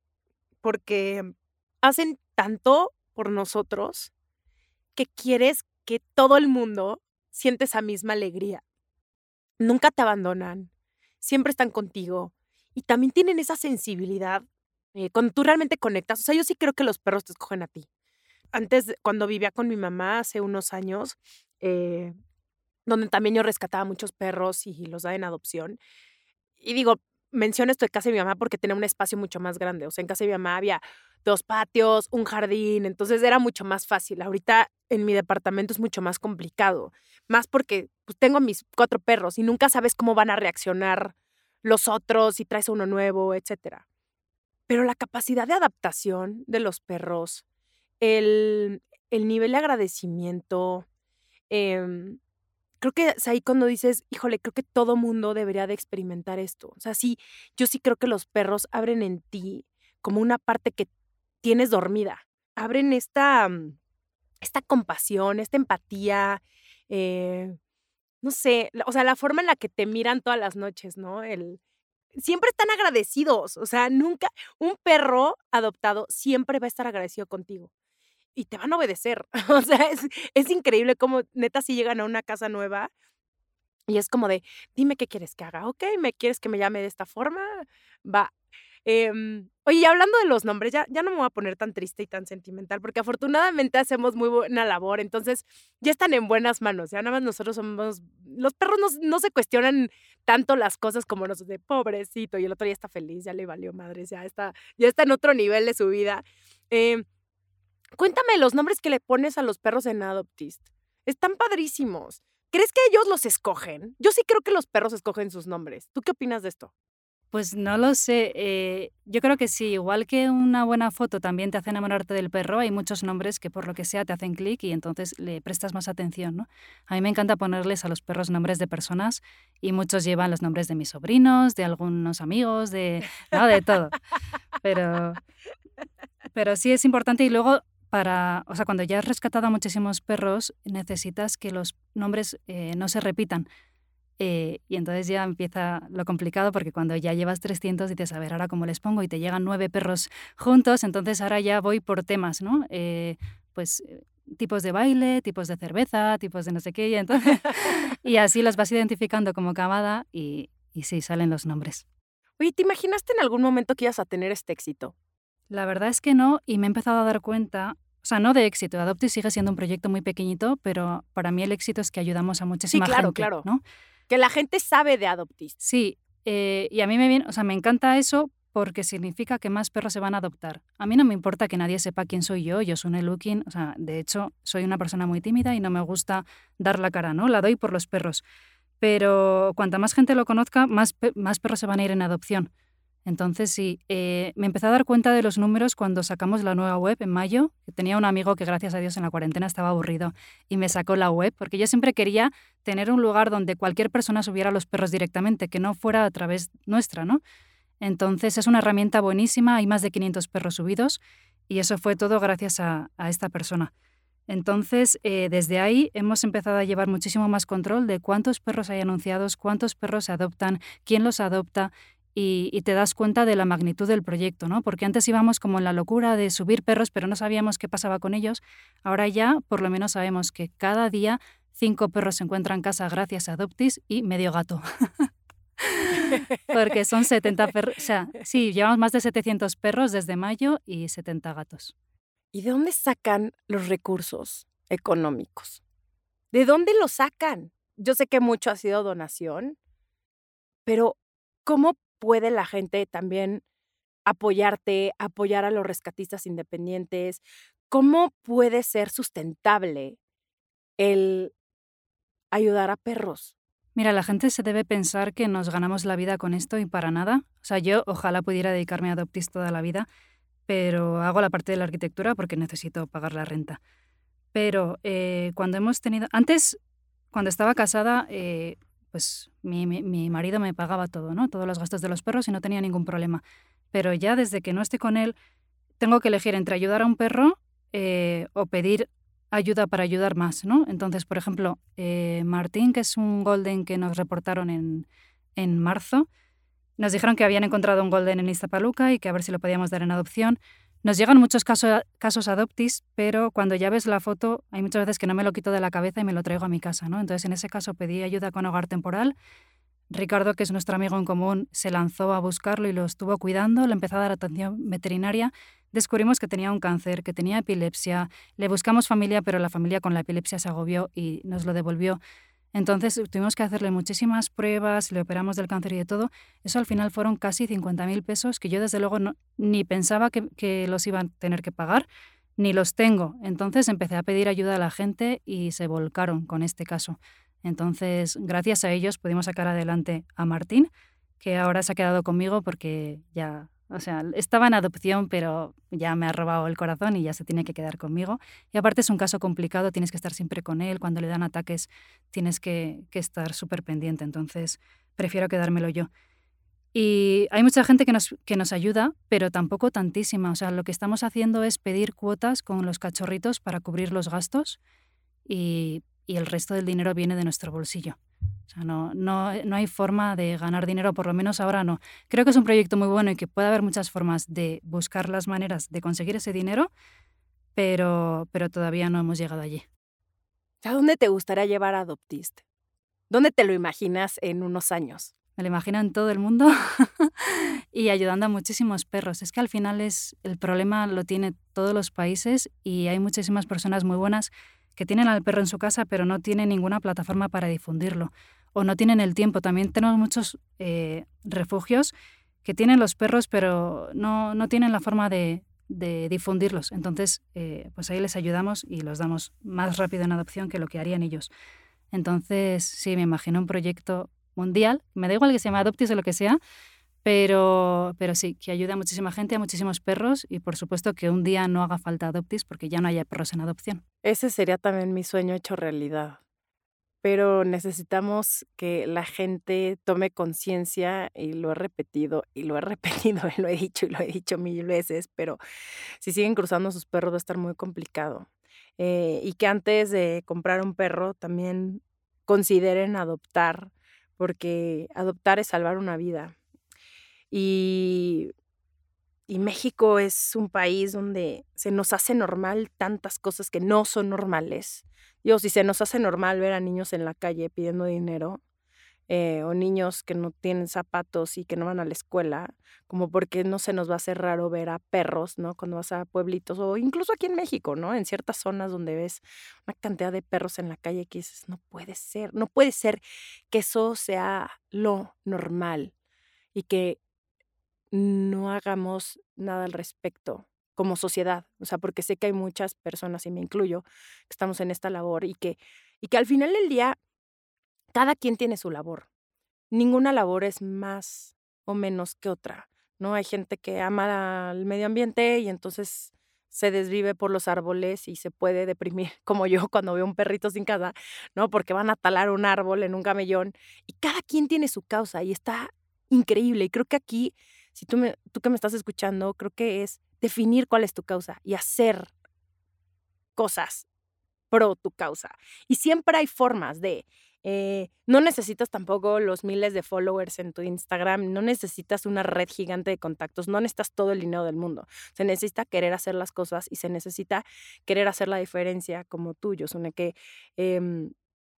Porque hacen tanto por nosotros que quieres que todo el mundo siente esa misma alegría. Nunca te abandonan, siempre están contigo y también tienen esa sensibilidad eh, cuando tú realmente conectas. O sea, yo sí creo que los perros te escogen a ti. Antes, cuando vivía con mi mamá hace unos años, eh, donde también yo rescataba muchos perros y los daba en adopción. Y digo, menciono esto de casa de mi mamá porque tenía un espacio mucho más grande. O sea, en casa de mi mamá había dos patios, un jardín, entonces era mucho más fácil. Ahorita en mi departamento es mucho más complicado, más porque pues, tengo mis cuatro perros y nunca sabes cómo van a reaccionar los otros, si traes uno nuevo, etcétera. Pero la capacidad de adaptación de los perros, el, el nivel de agradecimiento, eh, creo que es ahí cuando dices, híjole, creo que todo mundo debería de experimentar esto. O sea, sí, yo sí creo que los perros abren en ti como una parte que tienes dormida. Abren esta, esta compasión, esta empatía, eh, no sé, o sea, la forma en la que te miran todas las noches, ¿no? El, siempre están agradecidos, o sea, nunca, un perro adoptado siempre va a estar agradecido contigo. Y te van a obedecer. O sea, es, es increíble cómo neta si llegan a una casa nueva Y es como de, dime qué quieres que haga, ¿ok? ¿Me quieres que me llame de esta forma? Va. Em, oye, y hablando de los nombres, ya, ya no me voy a poner tan triste y tan sentimental, porque afortunadamente hacemos muy buena labor, entonces ya están en buenas manos, ya nada más nosotros somos, los perros no, no se cuestionan tanto las cosas como nosotros, de pobrecito, y el otro ya está feliz, ya le valió madres, ya está, ya está en otro nivel de su vida. Em, Cuéntame los nombres que le pones a los perros en Adoptist. Están padrísimos. ¿Crees que ellos los escogen? Yo sí creo que los perros escogen sus nombres. ¿Tú qué opinas de esto? Pues no lo sé, eh, yo creo que sí, igual que una buena foto también te hace enamorarte del perro, hay muchos nombres que por lo que sea te hacen clic y entonces le prestas más atención, ¿no? A mí me encanta ponerles a los perros nombres de personas y muchos llevan los nombres de mis sobrinos, de algunos amigos, de, no, de todo. Pero, pero sí es importante y luego para, o sea, cuando ya has rescatado a muchísimos perros, necesitas que los nombres eh, no se repitan. Eh, y entonces ya empieza lo complicado porque cuando ya llevas trescientos dices, a ver, ahora cómo les pongo y te llegan nueve perros juntos, entonces ahora ya voy por temas, ¿no? Eh, pues eh, tipos de baile, tipos de cerveza, tipos de no sé qué, y, entonces, y así los vas identificando como camada y, y sí, salen los nombres. Oye, ¿te imaginaste en algún momento que ibas a tener este éxito? La verdad es que no, y me he empezado a dar cuenta, o sea, no de éxito, Adopti sigue siendo un proyecto muy pequeñito, pero para mí el éxito es que ayudamos a Sí, muchísima claro, gente, claro. ¿no? Que la gente sabe de Adoptist. Sí, eh, y a mí me viene, o sea, me encanta eso porque significa que más perros se van a adoptar. A mí no me importa que nadie sepa quién soy yo, yo soy un looking, o sea, de hecho, soy una persona muy tímida y no me gusta dar la cara, ¿no? La doy por los perros. Pero cuanta más gente lo conozca, más, pe- más perros se van a ir en adopción. Entonces, sí, eh, me empecé a dar cuenta de los números cuando sacamos la nueva web en mayo, que tenía un amigo que gracias a Dios en la cuarentena estaba aburrido y me sacó la web, porque yo siempre quería tener un lugar donde cualquier persona subiera los perros directamente, que no fuera a través nuestra, ¿no? Entonces es una herramienta buenísima, hay más de quinientos perros subidos y eso fue todo gracias a, a esta persona. Entonces, eh, desde ahí hemos empezado a llevar muchísimo más control de cuántos perros hay anunciados, cuántos perros se adoptan, quién los adopta y, y te das cuenta de la magnitud del proyecto, ¿no? Porque antes íbamos como en la locura de subir perros, pero no sabíamos qué pasaba con ellos. Ahora ya por lo menos sabemos que cada día cinco perros se encuentran en casa gracias a Adoptis y medio gato. Porque son setenta perros, o sea, sí, llevamos más de setecientos perros desde mayo y setenta gatos. ¿Y de dónde sacan los recursos económicos? ¿De dónde los sacan? Yo sé que mucho ha sido donación, pero ¿cómo puede la gente también apoyarte, apoyar a los rescatistas independientes? ¿Cómo puede ser sustentable el ayudar a perros? Mira, la gente se debe pensar que nos ganamos la vida con esto y para nada. O sea, yo ojalá pudiera dedicarme a Adoptis toda la vida, pero hago la parte de la arquitectura porque necesito pagar la renta. Pero eh, cuando hemos tenido... Antes, cuando estaba casada, eh, pues mi, mi, mi marido me pagaba todo, ¿no? Todos los gastos de los perros y no tenía ningún problema. Pero ya desde que no estoy con él, tengo que elegir entre ayudar a un perro eh, o pedir ayuda para ayudar más, ¿no? Entonces, por ejemplo, eh, Martín, que es un golden que nos reportaron en, en marzo, nos dijeron que habían encontrado un golden en Iztapaluca y que a ver si lo podíamos dar en adopción. Nos llegan muchos caso, casos adoptis, pero cuando ya ves la foto, hay muchas veces que no me lo quito de la cabeza y me lo traigo a mi casa, ¿no? Entonces, en ese caso pedí ayuda con hogar temporal. Ricardo, que es nuestro amigo en común, se lanzó a buscarlo y lo estuvo cuidando, le empezó a dar atención veterinaria. Descubrimos que tenía un cáncer, que tenía epilepsia. Le buscamos familia, pero la familia con la epilepsia se agobió y nos lo devolvió. Entonces tuvimos que hacerle muchísimas pruebas, le operamos del cáncer y de todo. Eso al final fueron casi cincuenta mil pesos que yo desde luego no, ni pensaba que, que los iban a tener que pagar, ni los tengo. Entonces empecé a pedir ayuda a la gente y se volcaron con este caso. Entonces, gracias a ellos pudimos sacar adelante a Martín, que ahora se ha quedado conmigo porque ya, o sea, estaba en adopción, pero ya me ha robado el corazón y ya se tiene que quedar conmigo. Y aparte es un caso complicado, tienes que estar siempre con él, cuando le dan ataques tienes que, que estar súper pendiente, entonces prefiero quedármelo yo. Y hay mucha gente que nos, que nos ayuda, pero tampoco tantísima. O sea, lo que estamos haciendo es pedir cuotas con los cachorritos para cubrir los gastos y, y el resto del dinero viene de nuestro bolsillo. O sea, no, no, no hay forma de ganar dinero, por lo menos ahora no. Creo que es un proyecto muy bueno y que puede haber muchas formas de buscar las maneras de conseguir ese dinero, pero, pero todavía no hemos llegado allí. ¿A dónde te gustaría llevar a Adoptist? ¿Dónde te lo imaginas en unos años? Me lo imagino en todo el mundo y ayudando a muchísimos perros. Es que al final es el problema lo tiene todos los países y hay muchísimas personas muy buenas que tienen al perro en su casa pero no tienen ninguna plataforma para difundirlo o no tienen el tiempo. También tenemos muchos eh, refugios que tienen los perros pero no, no tienen la forma de, de difundirlos. Entonces, eh, pues ahí les ayudamos y los damos más rápido en adopción que lo que harían ellos. Entonces, sí, me imagino un proyecto mundial, me da igual que se llame Adoptis o lo que sea, pero, pero sí, que ayude a muchísima gente, a muchísimos perros y por supuesto que un día no haga falta Adoptis porque ya no haya perros en adopción. Ese sería también mi sueño hecho realidad. Pero necesitamos que la gente tome conciencia y lo he repetido y lo he repetido y lo he dicho y lo he dicho mil veces, pero si siguen cruzando sus perros va a estar muy complicado. Eh, y que antes de comprar un perro también consideren adoptar, porque adoptar es salvar una vida. Y, y México es un país donde se nos hace normal tantas cosas que no son normales. Digo, si se nos hace normal ver a niños en la calle pidiendo dinero, eh, o niños que no tienen zapatos y que no van a la escuela, como porque no se nos va a hacer raro ver a perros, ¿no? Cuando vas a pueblitos o incluso aquí en México, ¿no? En ciertas zonas donde ves una cantidad de perros en la calle que dices, no puede ser, no puede ser que eso sea lo normal y que no hagamos nada al respecto como sociedad. O sea, porque sé que hay muchas personas, y me incluyo, que estamos en esta labor y que, y que al final del día cada quien tiene su labor. Ninguna labor es más o menos que otra, ¿no? Hay gente que ama al medio ambiente y entonces se desvive por los árboles y se puede deprimir, como yo cuando veo un perrito sin casa, ¿no? Porque van a talar un árbol en un camellón y cada quien tiene su causa y está increíble. Y creo que aquí, si tú, me, tú que me estás escuchando, creo que es definir cuál es tu causa y hacer cosas pro tu causa. Y siempre hay formas de, eh, no necesitas tampoco los miles de followers en tu Instagram, no necesitas una red gigante de contactos, no necesitas todo el dinero del mundo. Se necesita querer hacer las cosas y se necesita querer hacer la diferencia como tú, Yosune, que, eh,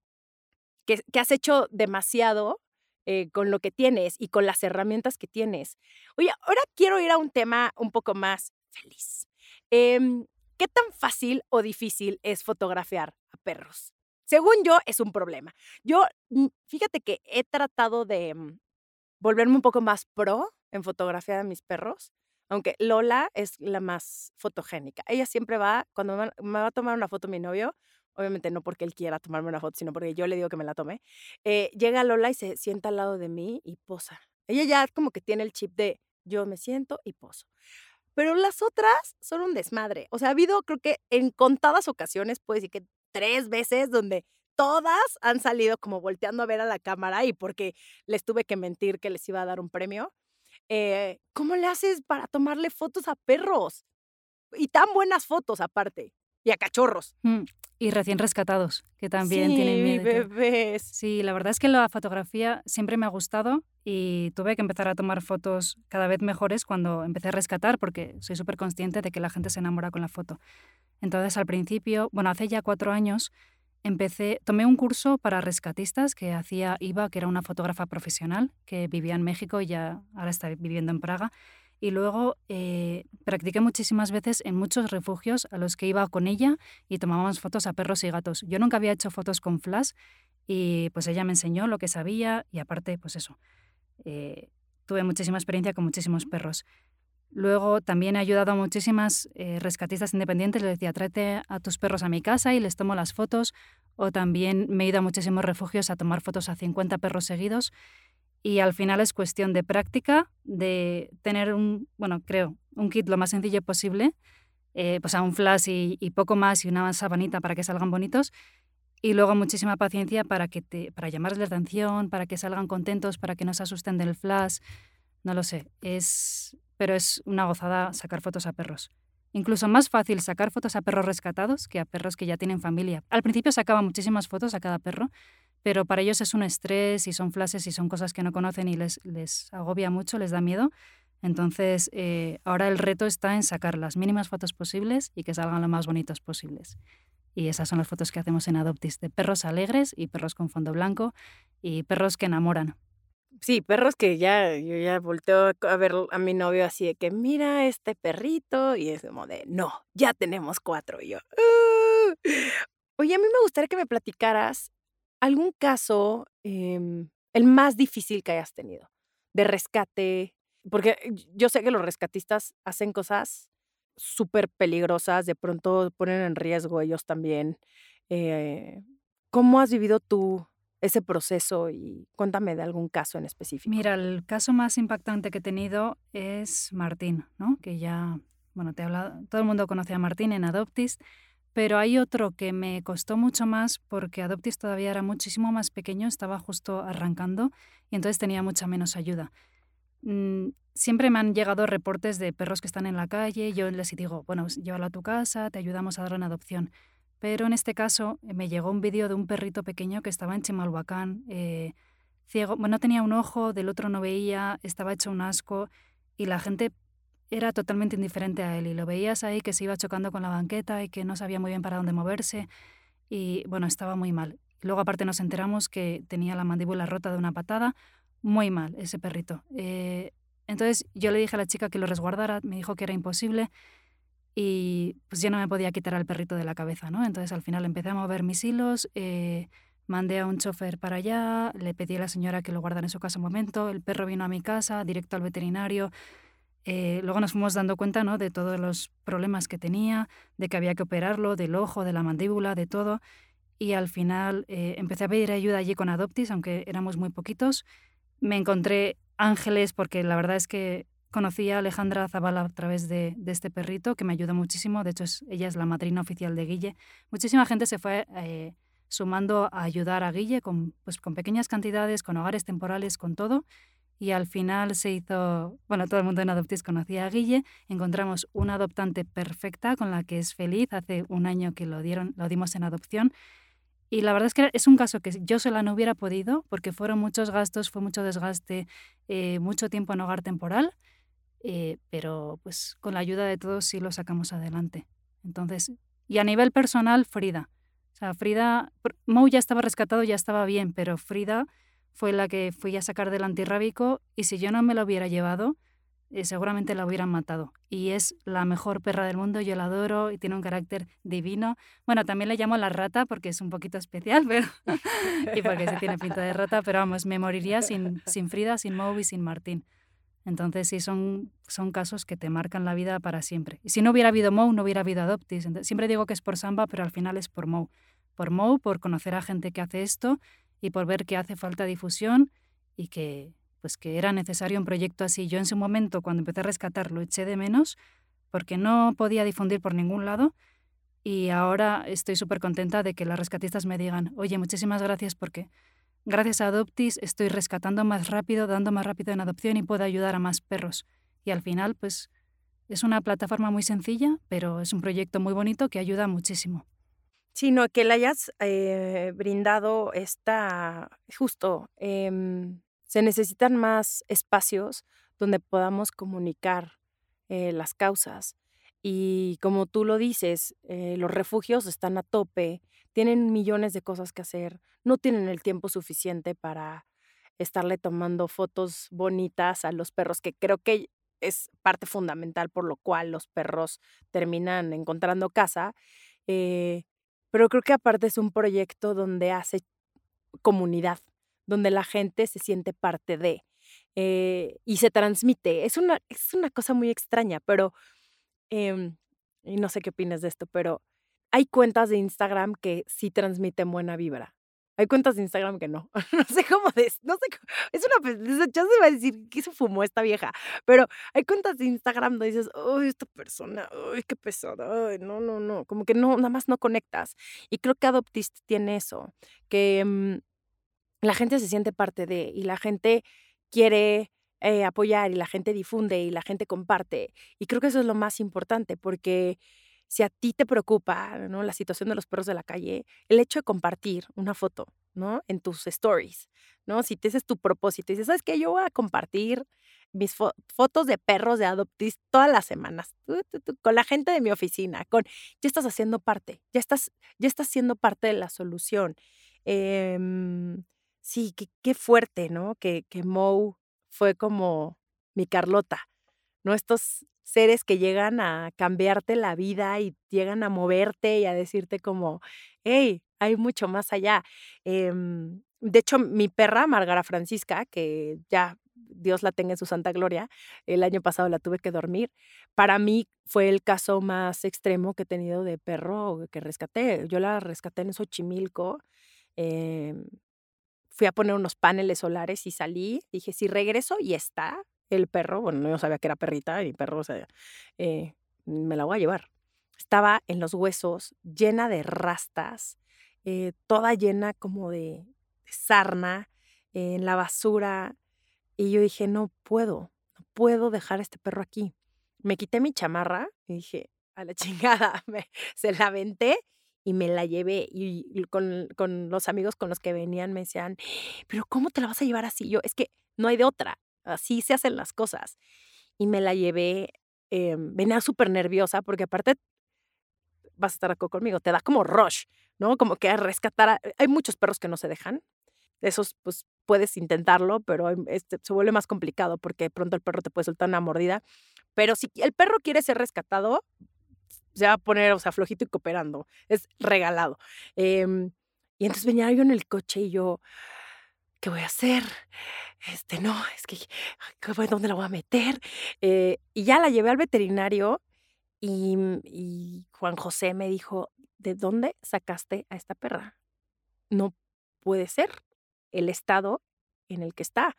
que, que has hecho demasiado eh, con lo que tienes y con las herramientas que tienes. Oye, ahora quiero ir a un tema un poco más feliz. Eh, ¿Qué tan fácil o difícil es fotografiar a perros? Según yo, es un problema. Yo, mm, fíjate que he tratado de mm, volverme un poco más pro en fotografiar a mis perros, aunque Lola es la más fotogénica. Ella siempre va, cuando me, va me va a tomar una foto mi novio, obviamente no porque él quiera tomarme una foto, sino porque yo le digo que me la tome, eh, llega Lola y se sienta al lado de mí y posa. Ella ya como que tiene el chip de yo me siento y poso. Pero las otras son un desmadre. O sea, ha habido, creo que en contadas ocasiones, puedo decir que tres veces, donde todas han salido como volteando a ver a la cámara y porque les tuve que mentir que les iba a dar un premio. Eh, ¿cómo le haces para tomarle fotos a perros? Y tan buenas fotos aparte. Y a cachorros. Mm, Y recién rescatados, que también tienen Sí, miedo y todo. bebés. Sí, la verdad es que la fotografía siempre me ha gustado y tuve que empezar a tomar fotos cada vez mejores cuando empecé a rescatar porque soy súper consciente de que la gente se enamora con la foto. Entonces, al principio, bueno, hace ya cuatro años, empecé, tomé un curso para rescatistas que hacía Iva, que era una fotógrafa profesional que vivía en México y ya ahora está viviendo en Praga. Y luego eh, practiqué muchísimas veces en muchos refugios a los que iba con ella y tomábamos fotos a perros y gatos. Yo nunca había hecho fotos con flash y pues ella me enseñó lo que sabía y aparte, pues eso, eh, tuve muchísima experiencia con muchísimos perros. Luego también he ayudado a muchísimas eh, rescatistas independientes. Les decía, tráete a tus perros a mi casa y les tomo las fotos. O también me he ido a muchísimos refugios a tomar fotos a cincuenta perros seguidos. Y al final es cuestión de práctica, de tener un, bueno, creo, un kit lo más sencillo posible, eh, pues a un flash y, y poco más y una sabanita para que salgan bonitos. Y luego muchísima paciencia para, que te, para llamarles la atención, para que salgan contentos, para que no se asusten del flash. No lo sé, es, pero es una gozada sacar fotos a perros. Incluso más fácil sacar fotos a perros rescatados que a perros que ya tienen familia. Al principio sacaba muchísimas fotos a cada perro, pero para ellos es un estrés y son flashes y son cosas que no conocen y les, les agobia mucho, les da miedo. Entonces, eh, ahora el reto está en sacar las mínimas fotos posibles y que salgan lo más bonitos posibles. Y esas son las fotos que hacemos en Adoptis, de perros alegres y perros con fondo blanco y perros que enamoran. Sí, perros que ya yo ya volteo a ver a mi novio así de que: "Mira este perrito", y es como de: "No, ya tenemos cuatro", y yo: "Ah". Oye, a mí me gustaría que me platicaras algún caso, em, el más difícil que hayas tenido, de rescate, porque y yo sé que los rescatistas hacen cosas superpeligrosas, de pronto ponen en riesgo ellos también, eh, ¿cómo has vivido tú ese proceso? Y cuéntame de algún caso en específico. Mira, el caso más impactante que he tenido es Martín, ¿no? Que ya, bueno, te he hablado, todo el mundo conoce a Martín en Adoptis, pero hay otro que me costó mucho más porque Adoptis todavía era muchísimo más pequeño, estaba justo arrancando y entonces tenía mucha menos ayuda. Mm, siempre me han llegado reportes de perros que están en la calle, yo les digo, bueno, pues, llévalo a tu casa, te ayudamos a darlo en adopción. Pero en este caso eh, me llegó un vídeo de un perrito pequeño que estaba en Chimalhuacán, eh, ciego, bueno, no tenía un ojo, del otro no veía, estaba hecho un asco y la gente era totalmente indiferente a él y lo veías ahí que se iba chocando con la banqueta y que no sabía muy bien para dónde moverse y bueno, estaba muy mal. Luego aparte nos enteramos que tenía la mandíbula rota de una patada, muy mal ese perrito. Eh, entonces yo le dije a la chica que lo resguardara, me dijo que era imposible y pues yo no me podía quitar al perrito de la cabeza, ¿no? Entonces al final empecé a mover mis hilos, eh, mandé a un chofer para allá, le pedí a la señora que lo guardara en su casa un momento, el perro vino a mi casa, directo al veterinario. Eh, luego nos fuimos dando cuenta, ¿no?, de todos los problemas que tenía, de que había que operarlo, del ojo, de la mandíbula, de todo. Y al final eh, empecé a pedir ayuda allí con Adoptis, aunque éramos muy poquitos. Me encontré ángeles porque la verdad es que conocí a Alejandra Zavala a través de, de este perrito, que me ayudó muchísimo. De hecho, es- ella es la madrina oficial de Guille. Muchísima gente se fue eh, sumando a ayudar a Guille con, pues, con pequeñas cantidades, con hogares temporales, con todo. Y al final se hizo, bueno, todo el mundo en Adoptis conocía a Guille. Encontramos una adoptante perfecta con la que es feliz. Hace un año que lo dieron, lo dimos en adopción. Y la verdad es que es un caso que yo sola no hubiera podido, porque fueron muchos gastos, fue mucho desgaste, eh, mucho tiempo en hogar temporal, eh, pero pues con la ayuda de todos sí lo sacamos adelante. Entonces, y a nivel personal, Frida. O sea, Frida, pr- Mou ya estaba rescatado, ya estaba bien, pero Frida fue la que fui a sacar del antirrábico y si yo no me lo hubiera llevado, eh, seguramente la hubieran matado. Y es la mejor perra del mundo, yo la adoro y tiene un carácter divino. Bueno, también le llamo la rata porque es un poquito especial, pero y porque sí tiene pinta de rata, pero vamos, me moriría sin, sin Frida, sin Moe y sin Martín. Entonces sí, son, son casos que te marcan la vida para siempre. Y si no hubiera habido Moe, no hubiera habido Adoptis. Entonces, siempre digo que es por Samba, pero al final es por Moe. Por Moe, por conocer a gente que hace esto y por ver que hace falta difusión y que, pues, que era necesario un proyecto así. Yo en su momento, cuando empecé a rescatar, lo eché de menos porque no podía difundir por ningún lado y ahora estoy súper contenta de que las rescatistas me digan, oye, muchísimas gracias porque gracias a Adoptis estoy rescatando más rápido, dando más rápido en adopción y puedo ayudar a más perros. Y al final, pues, es una plataforma muy sencilla, pero es un proyecto muy bonito que ayuda muchísimo. Sino que le hayas, eh, brindado esta justo, em, se necesitan más espacios donde podamos comunicar, eh, las causas. Y como tú lo dices, eh, los refugios están a tope, tienen millones de cosas que hacer, no tienen el tiempo suficiente para estarle tomando fotos bonitas a los perros, que creo que es parte fundamental por lo cual los perros terminan encontrando casa, eh pero creo que aparte es un proyecto donde hace comunidad, donde la gente se siente parte de, eh, y se transmite. Es una es una cosa muy extraña, pero, em, y no sé qué opinas de esto, pero hay cuentas de Instagram que sí transmiten buena vibra. Hay cuentas de Instagram que no. No sé cómo des no sé cómo es una pe ya se va a decir: "¿Qué se fumó esta vieja?". Pero hay cuentas de Instagram donde dices: "Ay, esta persona, ay, qué pesada, ay, no, no, no", como que no, nada más no conectas. Y creo que Adoptist tiene eso, que, mm, la gente se siente parte de, y la gente quiere, eh, apoyar, y la gente difunde, y la gente comparte. Y creo que eso es lo más importante, porque si a ti te preocupa, ¿no?, la situación de los perros de la calle, el hecho de compartir una foto, ¿no?, en tus stories, ¿no? Si te ese es tu propósito, y dices: "¿Sabes qué? Yo voy a compartir mis fo- fotos de perros de Adoptis todas las semanas, tu, tu, tu, con la gente de mi oficina, con, ya estás haciendo parte, ya estás, ya estás siendo parte de la solución. Em, sí, qué, qué fuerte, ¿no? Que, que Mo fue como mi Carlota, ¿no? Estos seres que llegan a cambiarte la vida y llegan a moverte y a decirte como, hey, hay mucho más allá. Em, de hecho, mi perra, Margara Francisca, que ya Dios la tenga en su santa gloria, el año pasado la tuve que dormir. Para mí fue el caso más extremo que he tenido de perro que rescaté. Yo la rescaté en Xochimilco. em, Fui a poner unos paneles solares y salí. Dije, si regreso y está el perro, bueno, no yo sabía que era perrita, y perro, o sea, eh, me la voy a llevar. Estaba en los huesos, llena de rastas, eh, toda llena como de, de sarna, eh, en la basura. Y yo dije, no puedo, no puedo dejar a este perro aquí. Me quité mi chamarra y dije, a la chingada, me- se la aventé y me la llevé. Y y con, con los amigos con los que venían me decían, pero ¿cómo te la vas a llevar así? Yo, es que no hay de otra, así se hacen las cosas. Y me la llevé, em, venía súper nerviosa porque aparte vas a estar acá conmigo, te da como rush, ¿no? Como que a rescatar, a- hay muchos perros que no se dejan, esos, pues, puedes intentarlo, pero, em, este, se vuelve más complicado porque de pronto el perro te puede soltar una mordida. Pero si el perro quiere ser rescatado, se va a poner, o sea, flojito y cooperando, es regalado. Em, y entonces venía yo en el coche y yo, ¿qué voy a hacer? Este, no, es que, ¿qué voy dónde la voy a meter? Eh, y ya la llevé al veterinario y, mm, y Juan José me dijo, ¿de dónde sacaste a esta perra? No puede ser el estado en el que está.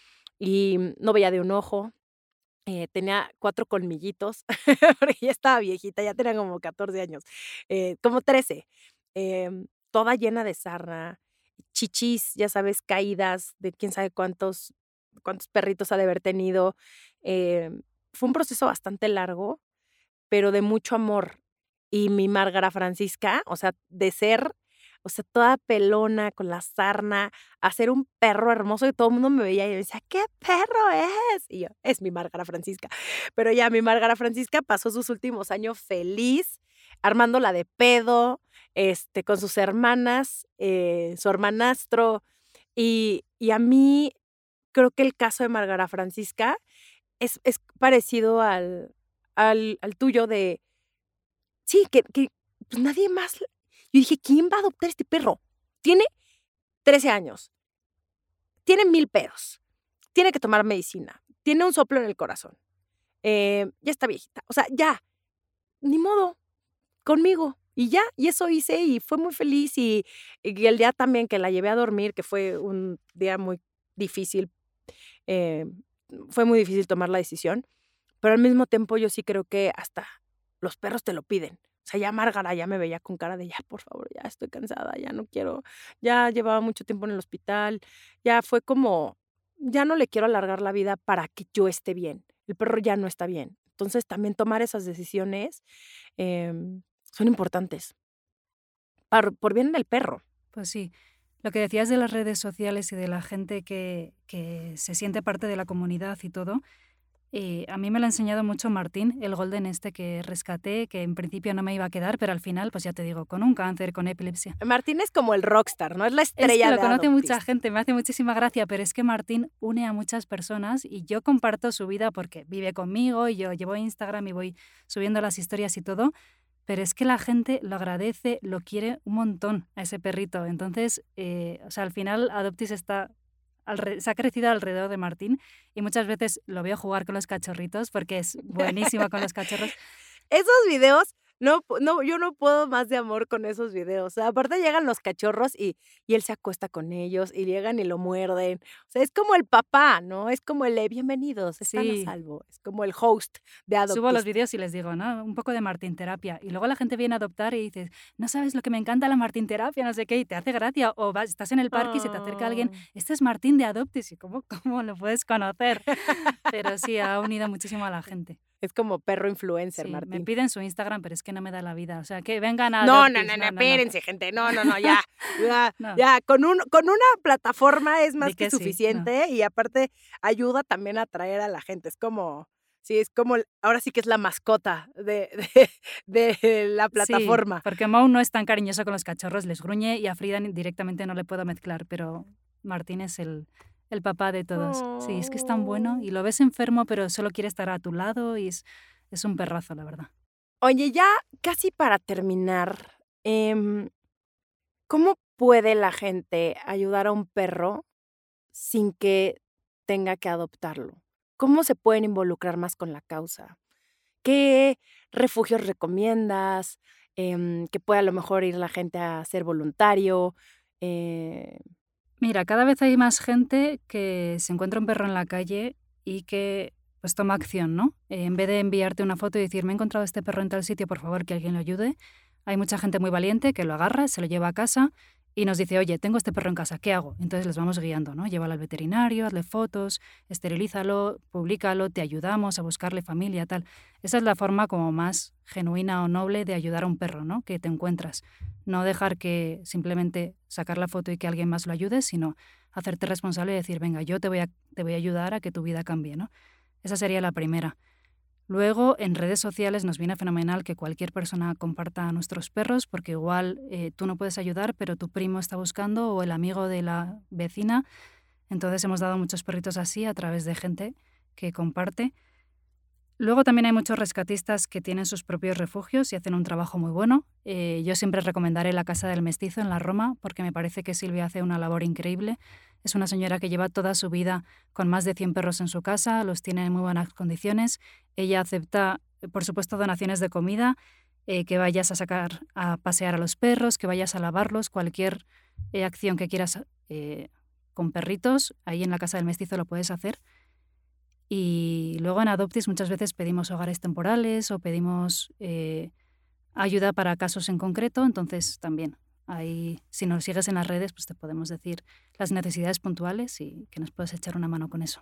Y mm, no veía de un ojo, eh, tenía cuatro colmillitos, porque ya estaba viejita, ya tenía como catorce años, eh, como trece, em, toda llena de sarna, chichis, ya sabes, caídas de quién sabe cuántos cuántos perritos ha de haber tenido. Em, Fue un proceso bastante largo, pero de mucho amor. Y mi Márgara Francisca, o sea, de ser, o sea, toda pelona, con la sarna, a ser un perro hermoso y todo el mundo me veía y me decía, ¿qué perro es? Y yo, es mi Márgara Francisca. Pero ya mi Márgara Francisca pasó sus últimos años feliz, armándola de pedo, este, con sus hermanas, eh, su hermanastro. Y, y a mí creo que el caso de Márgara Francisca es, es parecido al, al, al tuyo de sí, que que, pues, nadie más l yo dije: "¿Quién va a adoptar este perro?". Tiene trece años, tiene mil pedos, tiene que tomar medicina, tiene un soplo en el corazón, eh, ya está viejita. O sea, ya, ni modo, conmigo. Y ya, y eso hice, y fue muy feliz. Y y el día también que la llevé a dormir, que fue un día muy difícil, em, fue muy difícil tomar la decisión, pero al mismo tiempo yo sí creo que hasta los perros te lo piden. O sea, ya Márgara ya me veía con cara de: "Ya, por favor, ya estoy cansada, ya no quiero". Ya llevaba mucho tiempo en el hospital, ya fue como, ya no le quiero alargar la vida para que yo esté bien. El perro ya no está bien. Entonces, también tomar esas decisiones, em, son importantes, par por bien del perro. Pues sí, lo que decías de las redes sociales y de la gente que, que se siente parte de la comunidad y todo, eh, a mí me lo ha enseñado mucho Martín, el golden este que rescaté, que en principio no me iba a quedar, pero al final, pues ya te digo, con un cáncer, con epilepsia. Martín es como el rockstar, ¿no? Es la Es que estrella lo de conoce mucha Adoptist. gente, me hace muchísima gracia, pero es que Martín une a muchas personas y yo comparto su vida porque vive conmigo y yo llevo Instagram y voy subiendo las historias y todo, pero es que la gente lo agradece, lo quiere un montón a ese perrito. Entonces, eh, o sea, al final Adoptis está alre- se ha crecido alrededor de Martín y muchas veces lo veo jugar con los cachorritos porque es buenísimo con los cachorros. Esos videos, no pu no, yo no puedo más de amor con esos videos. O sea, aparte llegan los cachorros y y él se acuesta con ellos, y llegan y lo muerden. O sea, es como el papá, ¿no? Es como el de: "Bienvenidos, están a Sí, salvo". Es como el host de subo los Adoptist. vídeos y les digo, ¿no? Un poco de martinterapia. Y luego la gente viene a adoptar y dices, no sabes lo que me encanta la martinterapia, no sé qué, y te hace gracia. O vas, estás en el parque y se te acerca alguien, Ah. este es Martín de Adoptis, y ¿cómo, cómo lo puedes conocer? Pero sí, ha unido muchísimo a la gente. Es como perro influencer, Sí, me Martín. piden su Instagram, pero es que no me da la vida. O sea, que vengan a No, no, Adoptis. no, no, No, no, no. espérense, gente. No, no, no, ya. Ya, No. ya. Con, un, con una plataforma es Di más que que sí, no. suficiente y aparte ayuda también a atraer a la gente. Es como, sí, es como, el- ahora sí que es la mascota de, de, de la Sí, plataforma. porque Mou no es tan cariñoso con los cachorros, les gruñe y a Frida ni- directamente no le puedo mezclar, pero Martín es el, el papá de todos. Sí, es que es tan bueno y lo ves enfermo, pero solo quiere estar a tu lado y es, es un perrazo, la verdad. Oye, ya casi para terminar, em, ¿cómo puede la gente ayudar a un perro sin que tenga que adoptarlo? ¿Cómo se pueden involucrar más con la causa? ¿Qué refugios recomiendas? Em, que pueda a lo mejor ir la gente a ser voluntario. Eh, Mira, cada vez hay más gente que se encuentra un perro en la calle y que pues toma acción, ¿no? Eh, en vez de enviarte una foto y decir, me he encontrado este perro en tal sitio, por favor, que alguien lo ayude, hay mucha gente muy valiente que lo agarra, se lo lleva a casa y nos dice, oye, tengo este perro en casa, ¿qué hago? Entonces les vamos guiando, ¿no? Llévalo al veterinario, hazle fotos, esterilízalo, públicalo, te ayudamos a buscarle familia, tal. Esa es la forma como más genuina o noble de ayudar a un perro, ¿no? Que te encuentras. No dejar que simplemente sacar la foto y que alguien más lo ayude, sino hacerte responsable y decir, venga, yo te voy a, te voy a ayudar a que tu vida cambie, ¿no? Esa sería la primera. Luego, en redes sociales nos viene fenomenal que cualquier persona comparta a nuestros perros, porque igual eh, tú no puedes ayudar, pero tu primo está buscando o el amigo de la vecina. Entonces hemos dado muchos perritos así a través de gente que comparte. Luego también hay muchos rescatistas que tienen sus propios refugios y hacen un trabajo muy bueno. Eh, yo siempre recomendaré la Casa del Mestizo en la Roma porque me parece que Silvia hace una labor increíble. Es una señora que lleva toda su vida con más de cien perros en su casa, los tiene en muy buenas condiciones. Ella acepta, eh, por supuesto, donaciones de comida, eh, que vayas a sacar a pasear a los perros, que vayas a lavarlos, cualquier eh, acción que quieras eh, con perritos, ahí en la Casa del Mestizo lo puedes hacer. Y luego en Adoptis muchas veces pedimos hogares temporales o pedimos eh, ayuda para casos en concreto, entonces también ahí, si nos sigues en las redes, pues te podemos decir las necesidades puntuales y que nos puedes echar una mano con eso.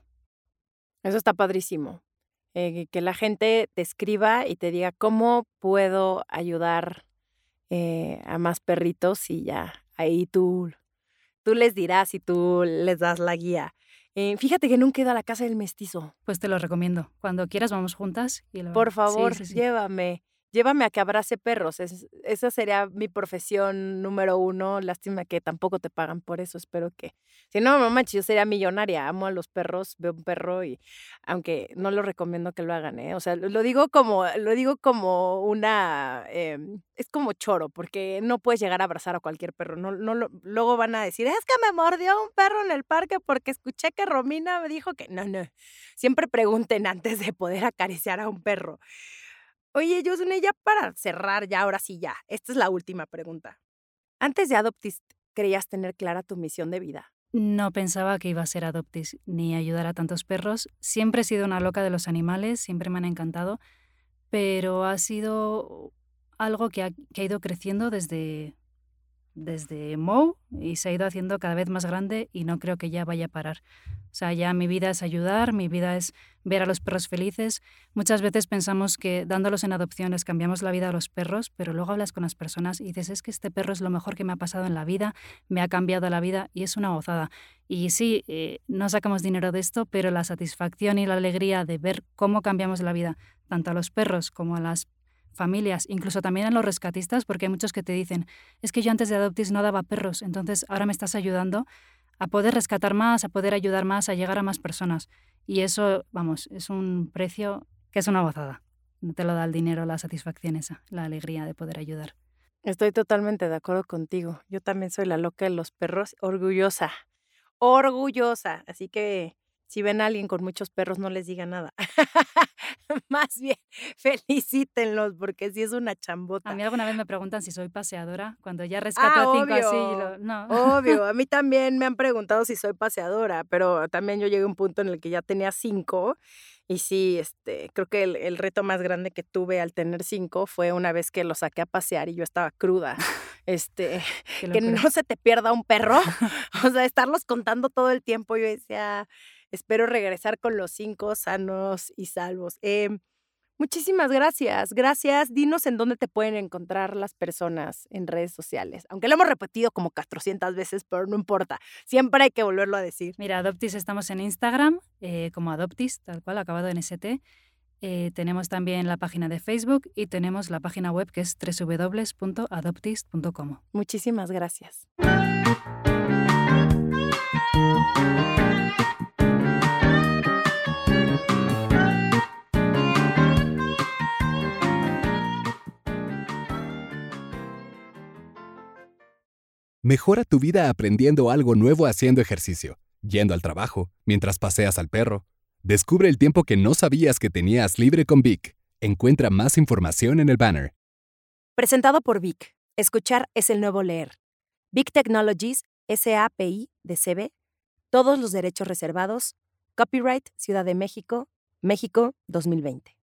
Eso está padrísimo. Eh, que la gente te escriba y te diga cómo puedo ayudar eh, a más perritos y ya, ahí tú, tú les dirás y tú les das la guía. Eh, fíjate que nunca he ido a la Casa del Mestizo. Pues te lo recomiendo. Cuando quieras vamos juntas y lo... Por Sí, favor, sí, sí. llévame. Llévame a que abrace perros. Es- esa sería mi profesión número uno. Lástima que tampoco te pagan por eso. Espero que. Si no, no manches, yo sería millonaria. Amo a los perros, veo un perro y aunque no lo recomiendo que lo hagan, ¿eh? O sea, lo lo digo como, lo digo como una, em, es como choro, porque no puedes llegar a abrazar a cualquier perro. No, no lo- luego van a decir, es que me mordió un perro en el parque porque escuché que Romina me dijo que. No, no. Siempre pregunten antes de poder acariciar a un perro. Oye, Yosune, ya para cerrar, ya ahora sí, ya. Esta es la última pregunta. Antes de Adoptis, ¿creías tener clara tu misión de vida? No pensaba que iba a ser Adoptis ni ayudar a tantos perros. Siempre he sido una loca de los animales, siempre me han encantado, pero ha sido algo que ha, que ha ido creciendo desde, desde Mou y se ha ido haciendo cada vez más grande y no creo que ya vaya a parar. O sea, ya mi vida es ayudar, mi vida es ver a los perros felices. Muchas veces pensamos que dándolos en adopción les cambiamos la vida a los perros, pero luego hablas con las personas y dices, es que este perro es lo mejor que me ha pasado en la vida, me ha cambiado la vida y es una gozada. Y sí, eh, no sacamos dinero de esto, pero la satisfacción y la alegría de ver cómo cambiamos la vida, tanto a los perros como a las familias, incluso también a los rescatistas, porque hay muchos que te dicen, es que yo antes de Adoptis no daba perros, entonces ahora me estás ayudando a poder rescatar más, a poder ayudar más, a llegar a más personas. Y eso, vamos, es un precio que es una gozada. No te lo da el dinero, la satisfacción esa, la alegría de poder ayudar. Estoy totalmente de acuerdo contigo. Yo también soy la loca de los perros, orgullosa, orgullosa. Así que si ven a alguien con muchos perros, no les diga nada. Más bien, felicítenlos porque sí es una A chambota. mí alguna vez me preguntan si soy paseadora, cuando ya rescato Ah, a cinco así, y obvio, lo, no. obvio. A mí también me han preguntado si soy paseadora, pero también yo llegué a un punto en el que ya tenía cinco y sí, este, creo que el, el reto más grande que tuve al tener cinco fue una vez que los saqué a pasear y yo estaba cruda. Este, Qué que locura. no se te pierda un perro, o sea, estarlos contando todo el tiempo. Yo decía, espero regresar con los cinco sanos y salvos. Em, Muchísimas gracias. Gracias. Dinos en dónde te pueden encontrar las personas en redes sociales. Aunque lo hemos repetido como cuatrocientas veces, pero no importa. Siempre hay que volverlo a decir. Mira, Adoptis estamos en Instagram eh, como Adoptis, tal cual, acabado en S T. Eh, tenemos también la página de Facebook y tenemos la página web que es doble u doble u doble u punto adoptis punto com. Muchísimas gracias. Mejora tu vida aprendiendo algo nuevo haciendo ejercicio, yendo al trabajo, mientras paseas al perro. Descubre el tiempo que no sabías que tenías libre con Vic. Encuentra más información en el banner. Presentado por Vic. Escuchar es el nuevo leer. Vic Technologies, S A P I de C B. Todos los derechos reservados. Copyright Ciudad de México, México dos mil veinte.